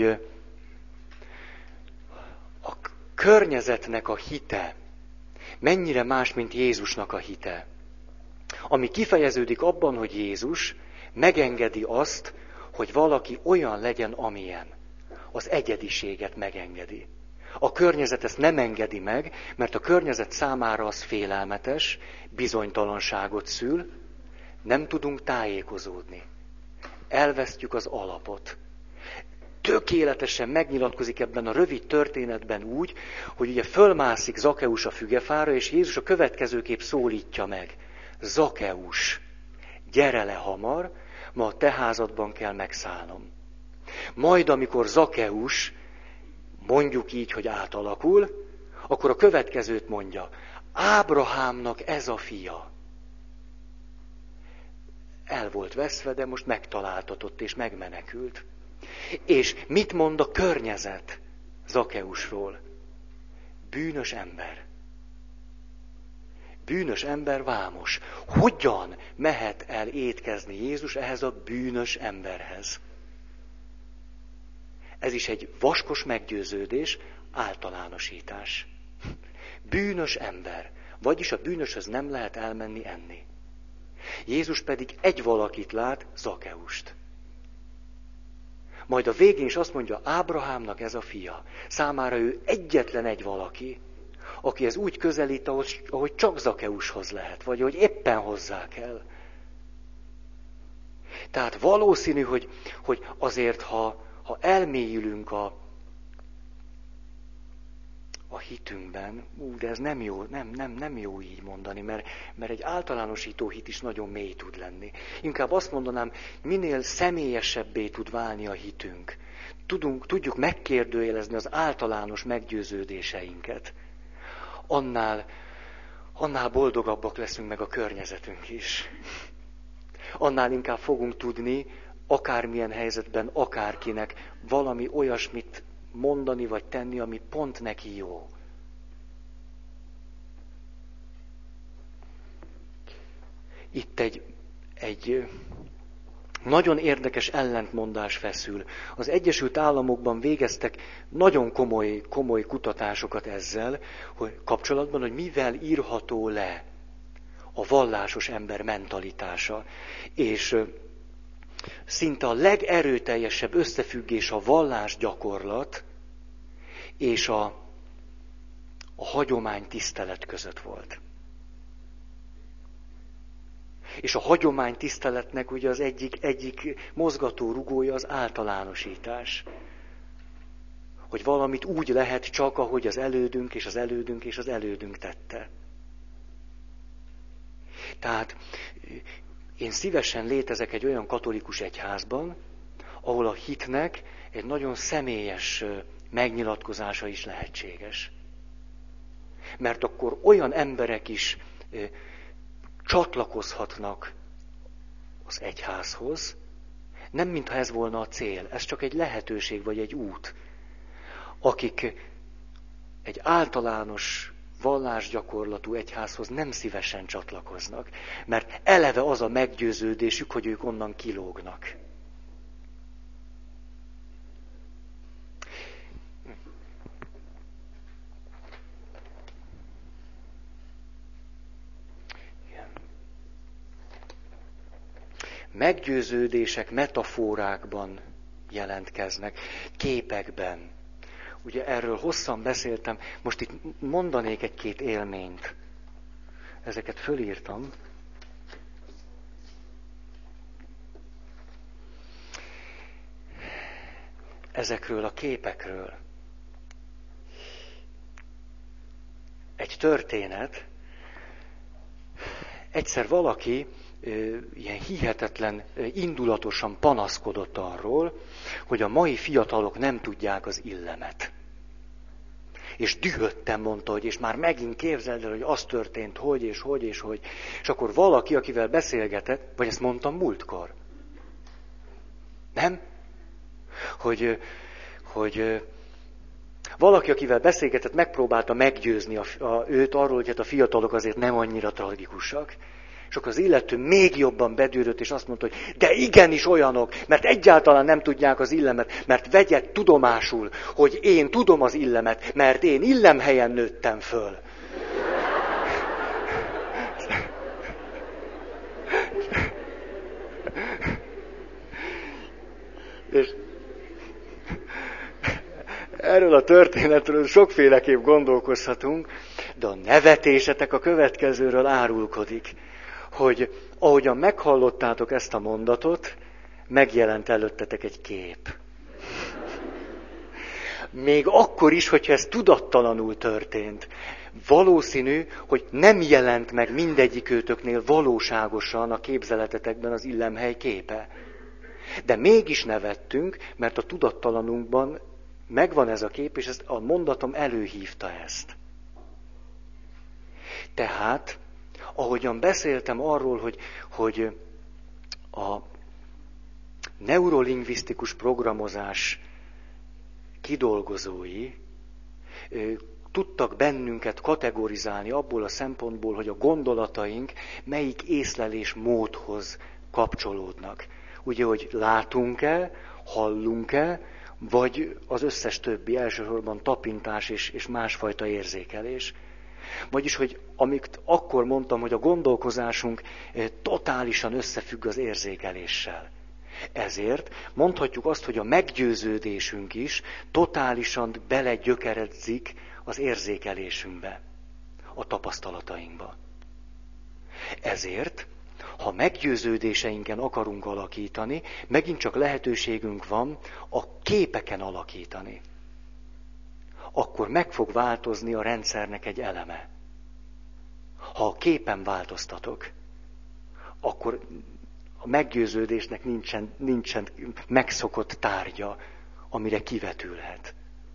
a környezetnek a hite mennyire más, mint Jézusnak a hite. Ami kifejeződik abban, hogy Jézus megengedi azt, hogy valaki olyan legyen, amilyen. Az egyediséget megengedi. A környezet ezt nem engedi meg, mert a környezet számára az félelmetes, bizonytalanságot szül, nem tudunk tájékozódni. Elvesztjük az alapot. Tökéletesen megnyilatkozik ebben a rövid történetben úgy, hogy ugye fölmászik Zakkeus a fügefára, és Jézus a következőképp szólítja meg. Zakkeus, gyere le hamar, ma a te házadban kell megszállnom. Majd amikor Zakkeus, mondjuk így, hogy átalakul, akkor a következőt mondja. Ábrahámnak ez a fia. El volt veszve, de most megtaláltatott és megmenekült. És mit mond a környezet Zakkeusról? Bűnös ember. Bűnös ember vámos. Hogyan mehet el étkezni Jézus ehhez a bűnös emberhez? Ez is egy vaskos meggyőződés, általánosítás. Bűnös ember, vagyis a bűnöshöz nem lehet elmenni enni. Jézus pedig egy valakit lát, Zakeust. Majd a végén is azt mondja, Ábrahámnak ez a fia. Számára ő egyetlen egy valaki, akihez úgy közelít, ahogy csak Zakeushoz lehet, vagy hogy éppen hozzá kell. Tehát valószínű, hogy azért, ha elmélyülünk a hitünkben, de ez nem jó, nem jó így mondani, mert egy általánosító hit is nagyon mély tud lenni. Inkább azt mondanám, minél személyesebbé tud válni a hitünk. Tudjuk megkérdőjelezni az általános meggyőződéseinket. Annál boldogabbak leszünk meg a környezetünk is. Annál inkább fogunk tudni, akármilyen helyzetben, akárkinek valami olyasmit mondani vagy tenni, ami pont neki jó. Itt egy nagyon érdekes ellentmondás feszül. Az Egyesült Államokban végeztek nagyon komoly kutatásokat ezzel, hogy kapcsolatban, hogy mivel írható le a vallásos ember mentalitása. És szinte a legerőteljesebb összefüggés a vallásgyakorlat és a hagyomány tisztelet között volt. És a hagyomány tiszteletnek ugye az egyik mozgató rugója az általánosítás. Hogy valamit úgy lehet csak, ahogy az elődünk és az elődünk és az elődünk tette. Tehát én szívesen létezek egy olyan katolikus egyházban, ahol a hitnek egy nagyon személyes megnyilatkozása is lehetséges. Mert akkor olyan emberek is csatlakozhatnak az egyházhoz, nem mintha ez volna a cél, ez csak egy lehetőség vagy egy út, akik egy általános vallásgyakorlatú egyházhoz nem szívesen csatlakoznak, mert eleve az a meggyőződésük, hogy ők onnan kilógnak. Meggyőződések metaforákban jelentkeznek, képekben. Ugye erről hosszan beszéltem, most itt mondanék egy-két élményt. Ezeket fölírtam. Ezekről a képekről. Egy történet. Egyszer valaki ilyen hihetetlen, indulatosan panaszkodott arról, hogy a mai fiatalok nem tudják az illemet. És dühötten mondta, hogy és már megint képzeld el, hogy az történt, hogy. És akkor valaki, akivel beszélgetett, vagy ezt mondtam múltkor. Nem? Hogy valaki, akivel beszélgetett, megpróbálta meggyőzni őt arról, hogy hát a fiatalok azért nem annyira tragikusak. És akkor az illető még jobban bedűrött, és azt mondta, hogy de igenis olyanok, mert egyáltalán nem tudják az illemet, mert vegyed tudomásul, hogy én tudom az illemet, mert én illemhelyen nőttem föl. És erről a történetről sokféleképp gondolkozhatunk, de a nevetésetek a következőről árulkodik, hogy ahogyan meghallottátok ezt a mondatot, megjelent előttetek egy kép. Még akkor is, hogyha ez tudattalanul történt. Valószínű, hogy nem jelent meg mindegyikőtöknél valóságosan a képzeletetekben az illemhely képe. De mégis nevettünk, mert a tudattalanunkban megvan ez a kép, és a mondatom előhívta ezt. Tehát, ahogyan beszéltem arról, hogy a neurolingvisztikus programozás kidolgozói tudtak bennünket kategorizálni abból a szempontból, hogy a gondolataink melyik észlelés módhoz kapcsolódnak. Ugye, hogy látunk-e, hallunk-e, Vagy az összes többi, elsősorban tapintás és másfajta érzékelés. Vagyis, hogy amit akkor mondtam, hogy a gondolkozásunk totálisan összefügg az érzékeléssel. Ezért mondhatjuk azt, hogy a meggyőződésünk is totálisan belegyökeredzik az érzékelésünkbe, a tapasztalatainkba. Ezért, ha meggyőződéseinken akarunk alakítani, megint csak lehetőségünk van a képeken alakítani. Akkor meg fog változni a rendszernek egy eleme. Ha a képen változtatok, akkor a meggyőződésnek nincsen megszokott tárgya, amire kivetülhet.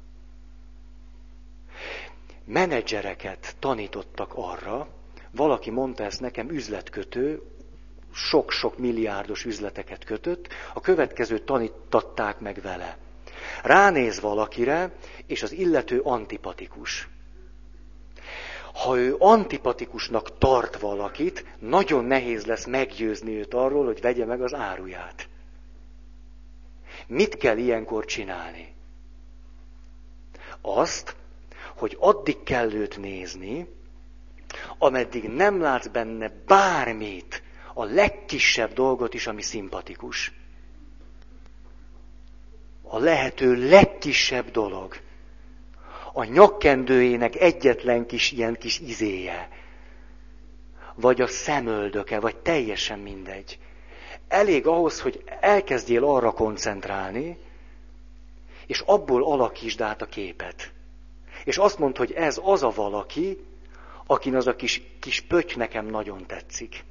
Menedzsereket tanítottak arra, valaki mondta ezt nekem, üzletkötő, sok-sok milliárdos üzleteket kötött, a következőt tanítatták meg vele. Ránéz valakire, és az illető antipatikus. Ha ő antipatikusnak tart valakit, nagyon nehéz lesz meggyőzni őt arról, hogy vegye meg az áruját. Mit kell ilyenkor csinálni? Azt, hogy addig kell őt nézni, ameddig nem látsz benne bármit, a legkisebb dolgot is, ami szimpatikus. A lehető legkisebb dolog. A nyakkendőjének egyetlen ilyen kis izéje. Vagy a szemöldöke, vagy teljesen mindegy. Elég ahhoz, hogy elkezdjél arra koncentrálni, és abból alakítsd át a képet. És azt mondd, hogy ez az a valaki, akin az a kis pötty nekem nagyon tetszik.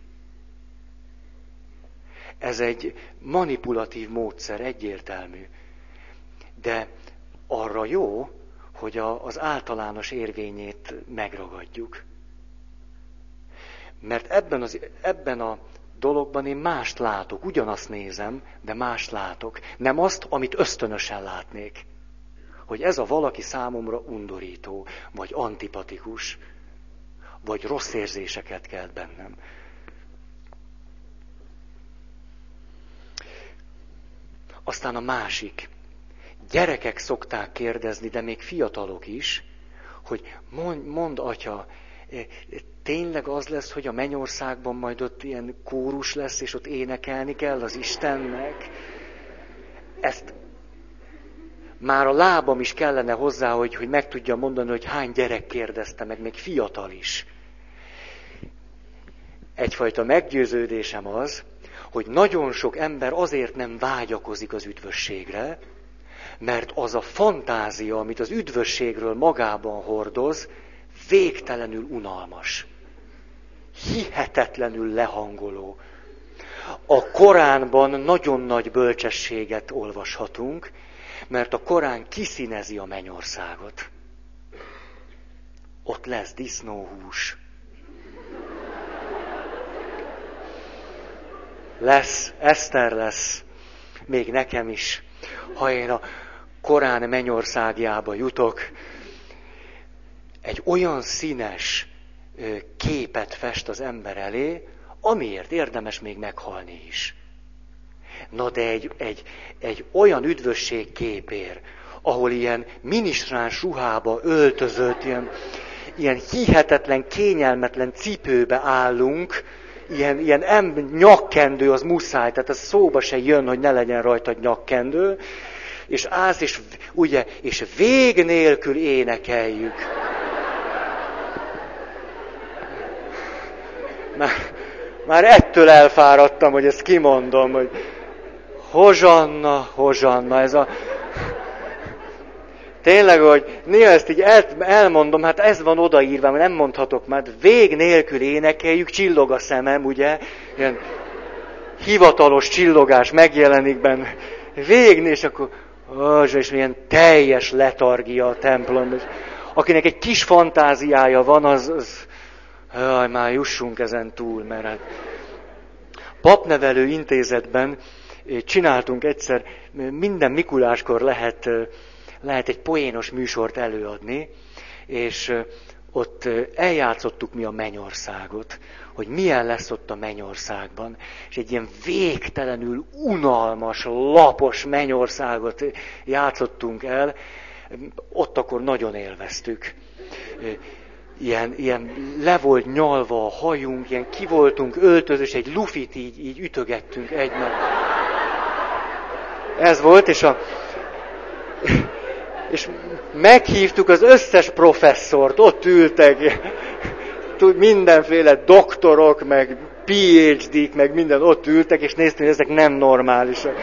Ez egy manipulatív módszer, egyértelmű. De arra jó, hogy az általános érvényét megragadjuk. Mert ebben a dologban én mást látok, ugyanazt nézem, de mást látok. Nem azt, amit ösztönösen látnék. Hogy ez a valaki számomra undorító, vagy antipatikus, vagy rossz érzéseket kelt bennem. Aztán a másik. Gyerekek szokták kérdezni, de még fiatalok is, hogy mondd, atya, tényleg az lesz, hogy a mennyországban majd ott ilyen kórus lesz, és ott énekelni kell az Istennek? Ezt már a lábam is kellene hozzá, hogy meg tudja mondani, hogy hány gyerek kérdezte meg, még fiatal is. Egyfajta meggyőződésem az, hogy nagyon sok ember azért nem vágyakozik az üdvösségre, mert az a fantázia, amit az üdvösségről magában hordoz, végtelenül unalmas. Hihetetlenül lehangoló. A Koránban nagyon nagy bölcsességet olvashatunk, mert a Korán kiszínezi a mennyországot. Ott lesz disznóhús. Lesz, Eszter lesz, még nekem is. Ha én a Korán mennyországjába jutok, egy olyan színes képet fest az ember elé, amiért érdemes még meghalni is. Na de egy olyan üdvösség képér, ahol ilyen minisztráns ruhába öltözött, ilyen hihetetlen, kényelmetlen cipőbe állunk, ilyen nyakkendő az muszáj, tehát ez szóba se jön, hogy ne legyen rajtad nyakkendő, és állsz, és vég nélkül énekeljük. Már ettől elfáradtam, hogy ezt kimondom, hogy hozsanna, ez a... Tényleg, hogy néha ezt így elmondom, hát ez van odaírva, hogy nem mondhatok már, vég nélkül énekeljük, csillog a szemem, ugye, ilyen hivatalos csillogás megjelenik benne, és akkor, és milyen teljes letargia a templom, és akinek egy kis fantáziája van, az már jussunk ezen túl, mert hát papnevelő intézetben csináltunk egyszer, minden Mikuláskor lehet egy poénos műsort előadni, és ott eljátszottuk mi a mennyországot, hogy milyen lesz ott a mennyországban. És egy ilyen végtelenül unalmas, lapos mennyországot játszottunk el, ott akkor nagyon élveztük. Ilyen le volt nyalva a hajunk, ilyen ki voltunk öltöző, és egy lufit így ütögettünk egynek. Ez volt, és meghívtuk az összes professzort, ott ültek, mindenféle doktorok, meg PhD-k, meg minden ott ültek, és néztünk, hogy ezek nem normálisak.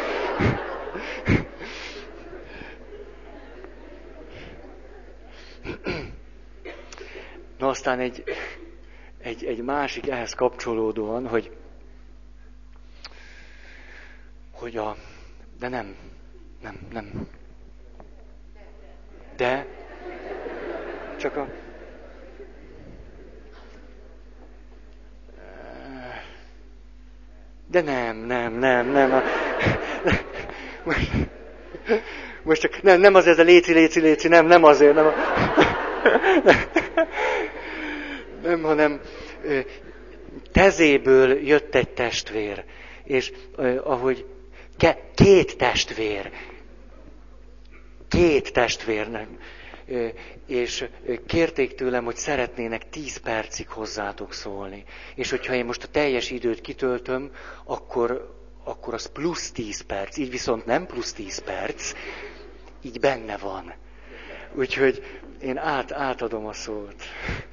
Na aztán egy másik ehhez kapcsolódóan, de nem. De csak de nem. Most csak nem azért a léci, nem azért, nem, hanem Tezéből jött egy testvér, és ahogy két testvérnek, és kérték tőlem, hogy szeretnének 10 percig hozzátok szólni. És hogyha én most a teljes időt kitöltöm, akkor az plusz 10 perc, így viszont nem plusz 10 perc, így benne van. Úgyhogy én átadom a szót.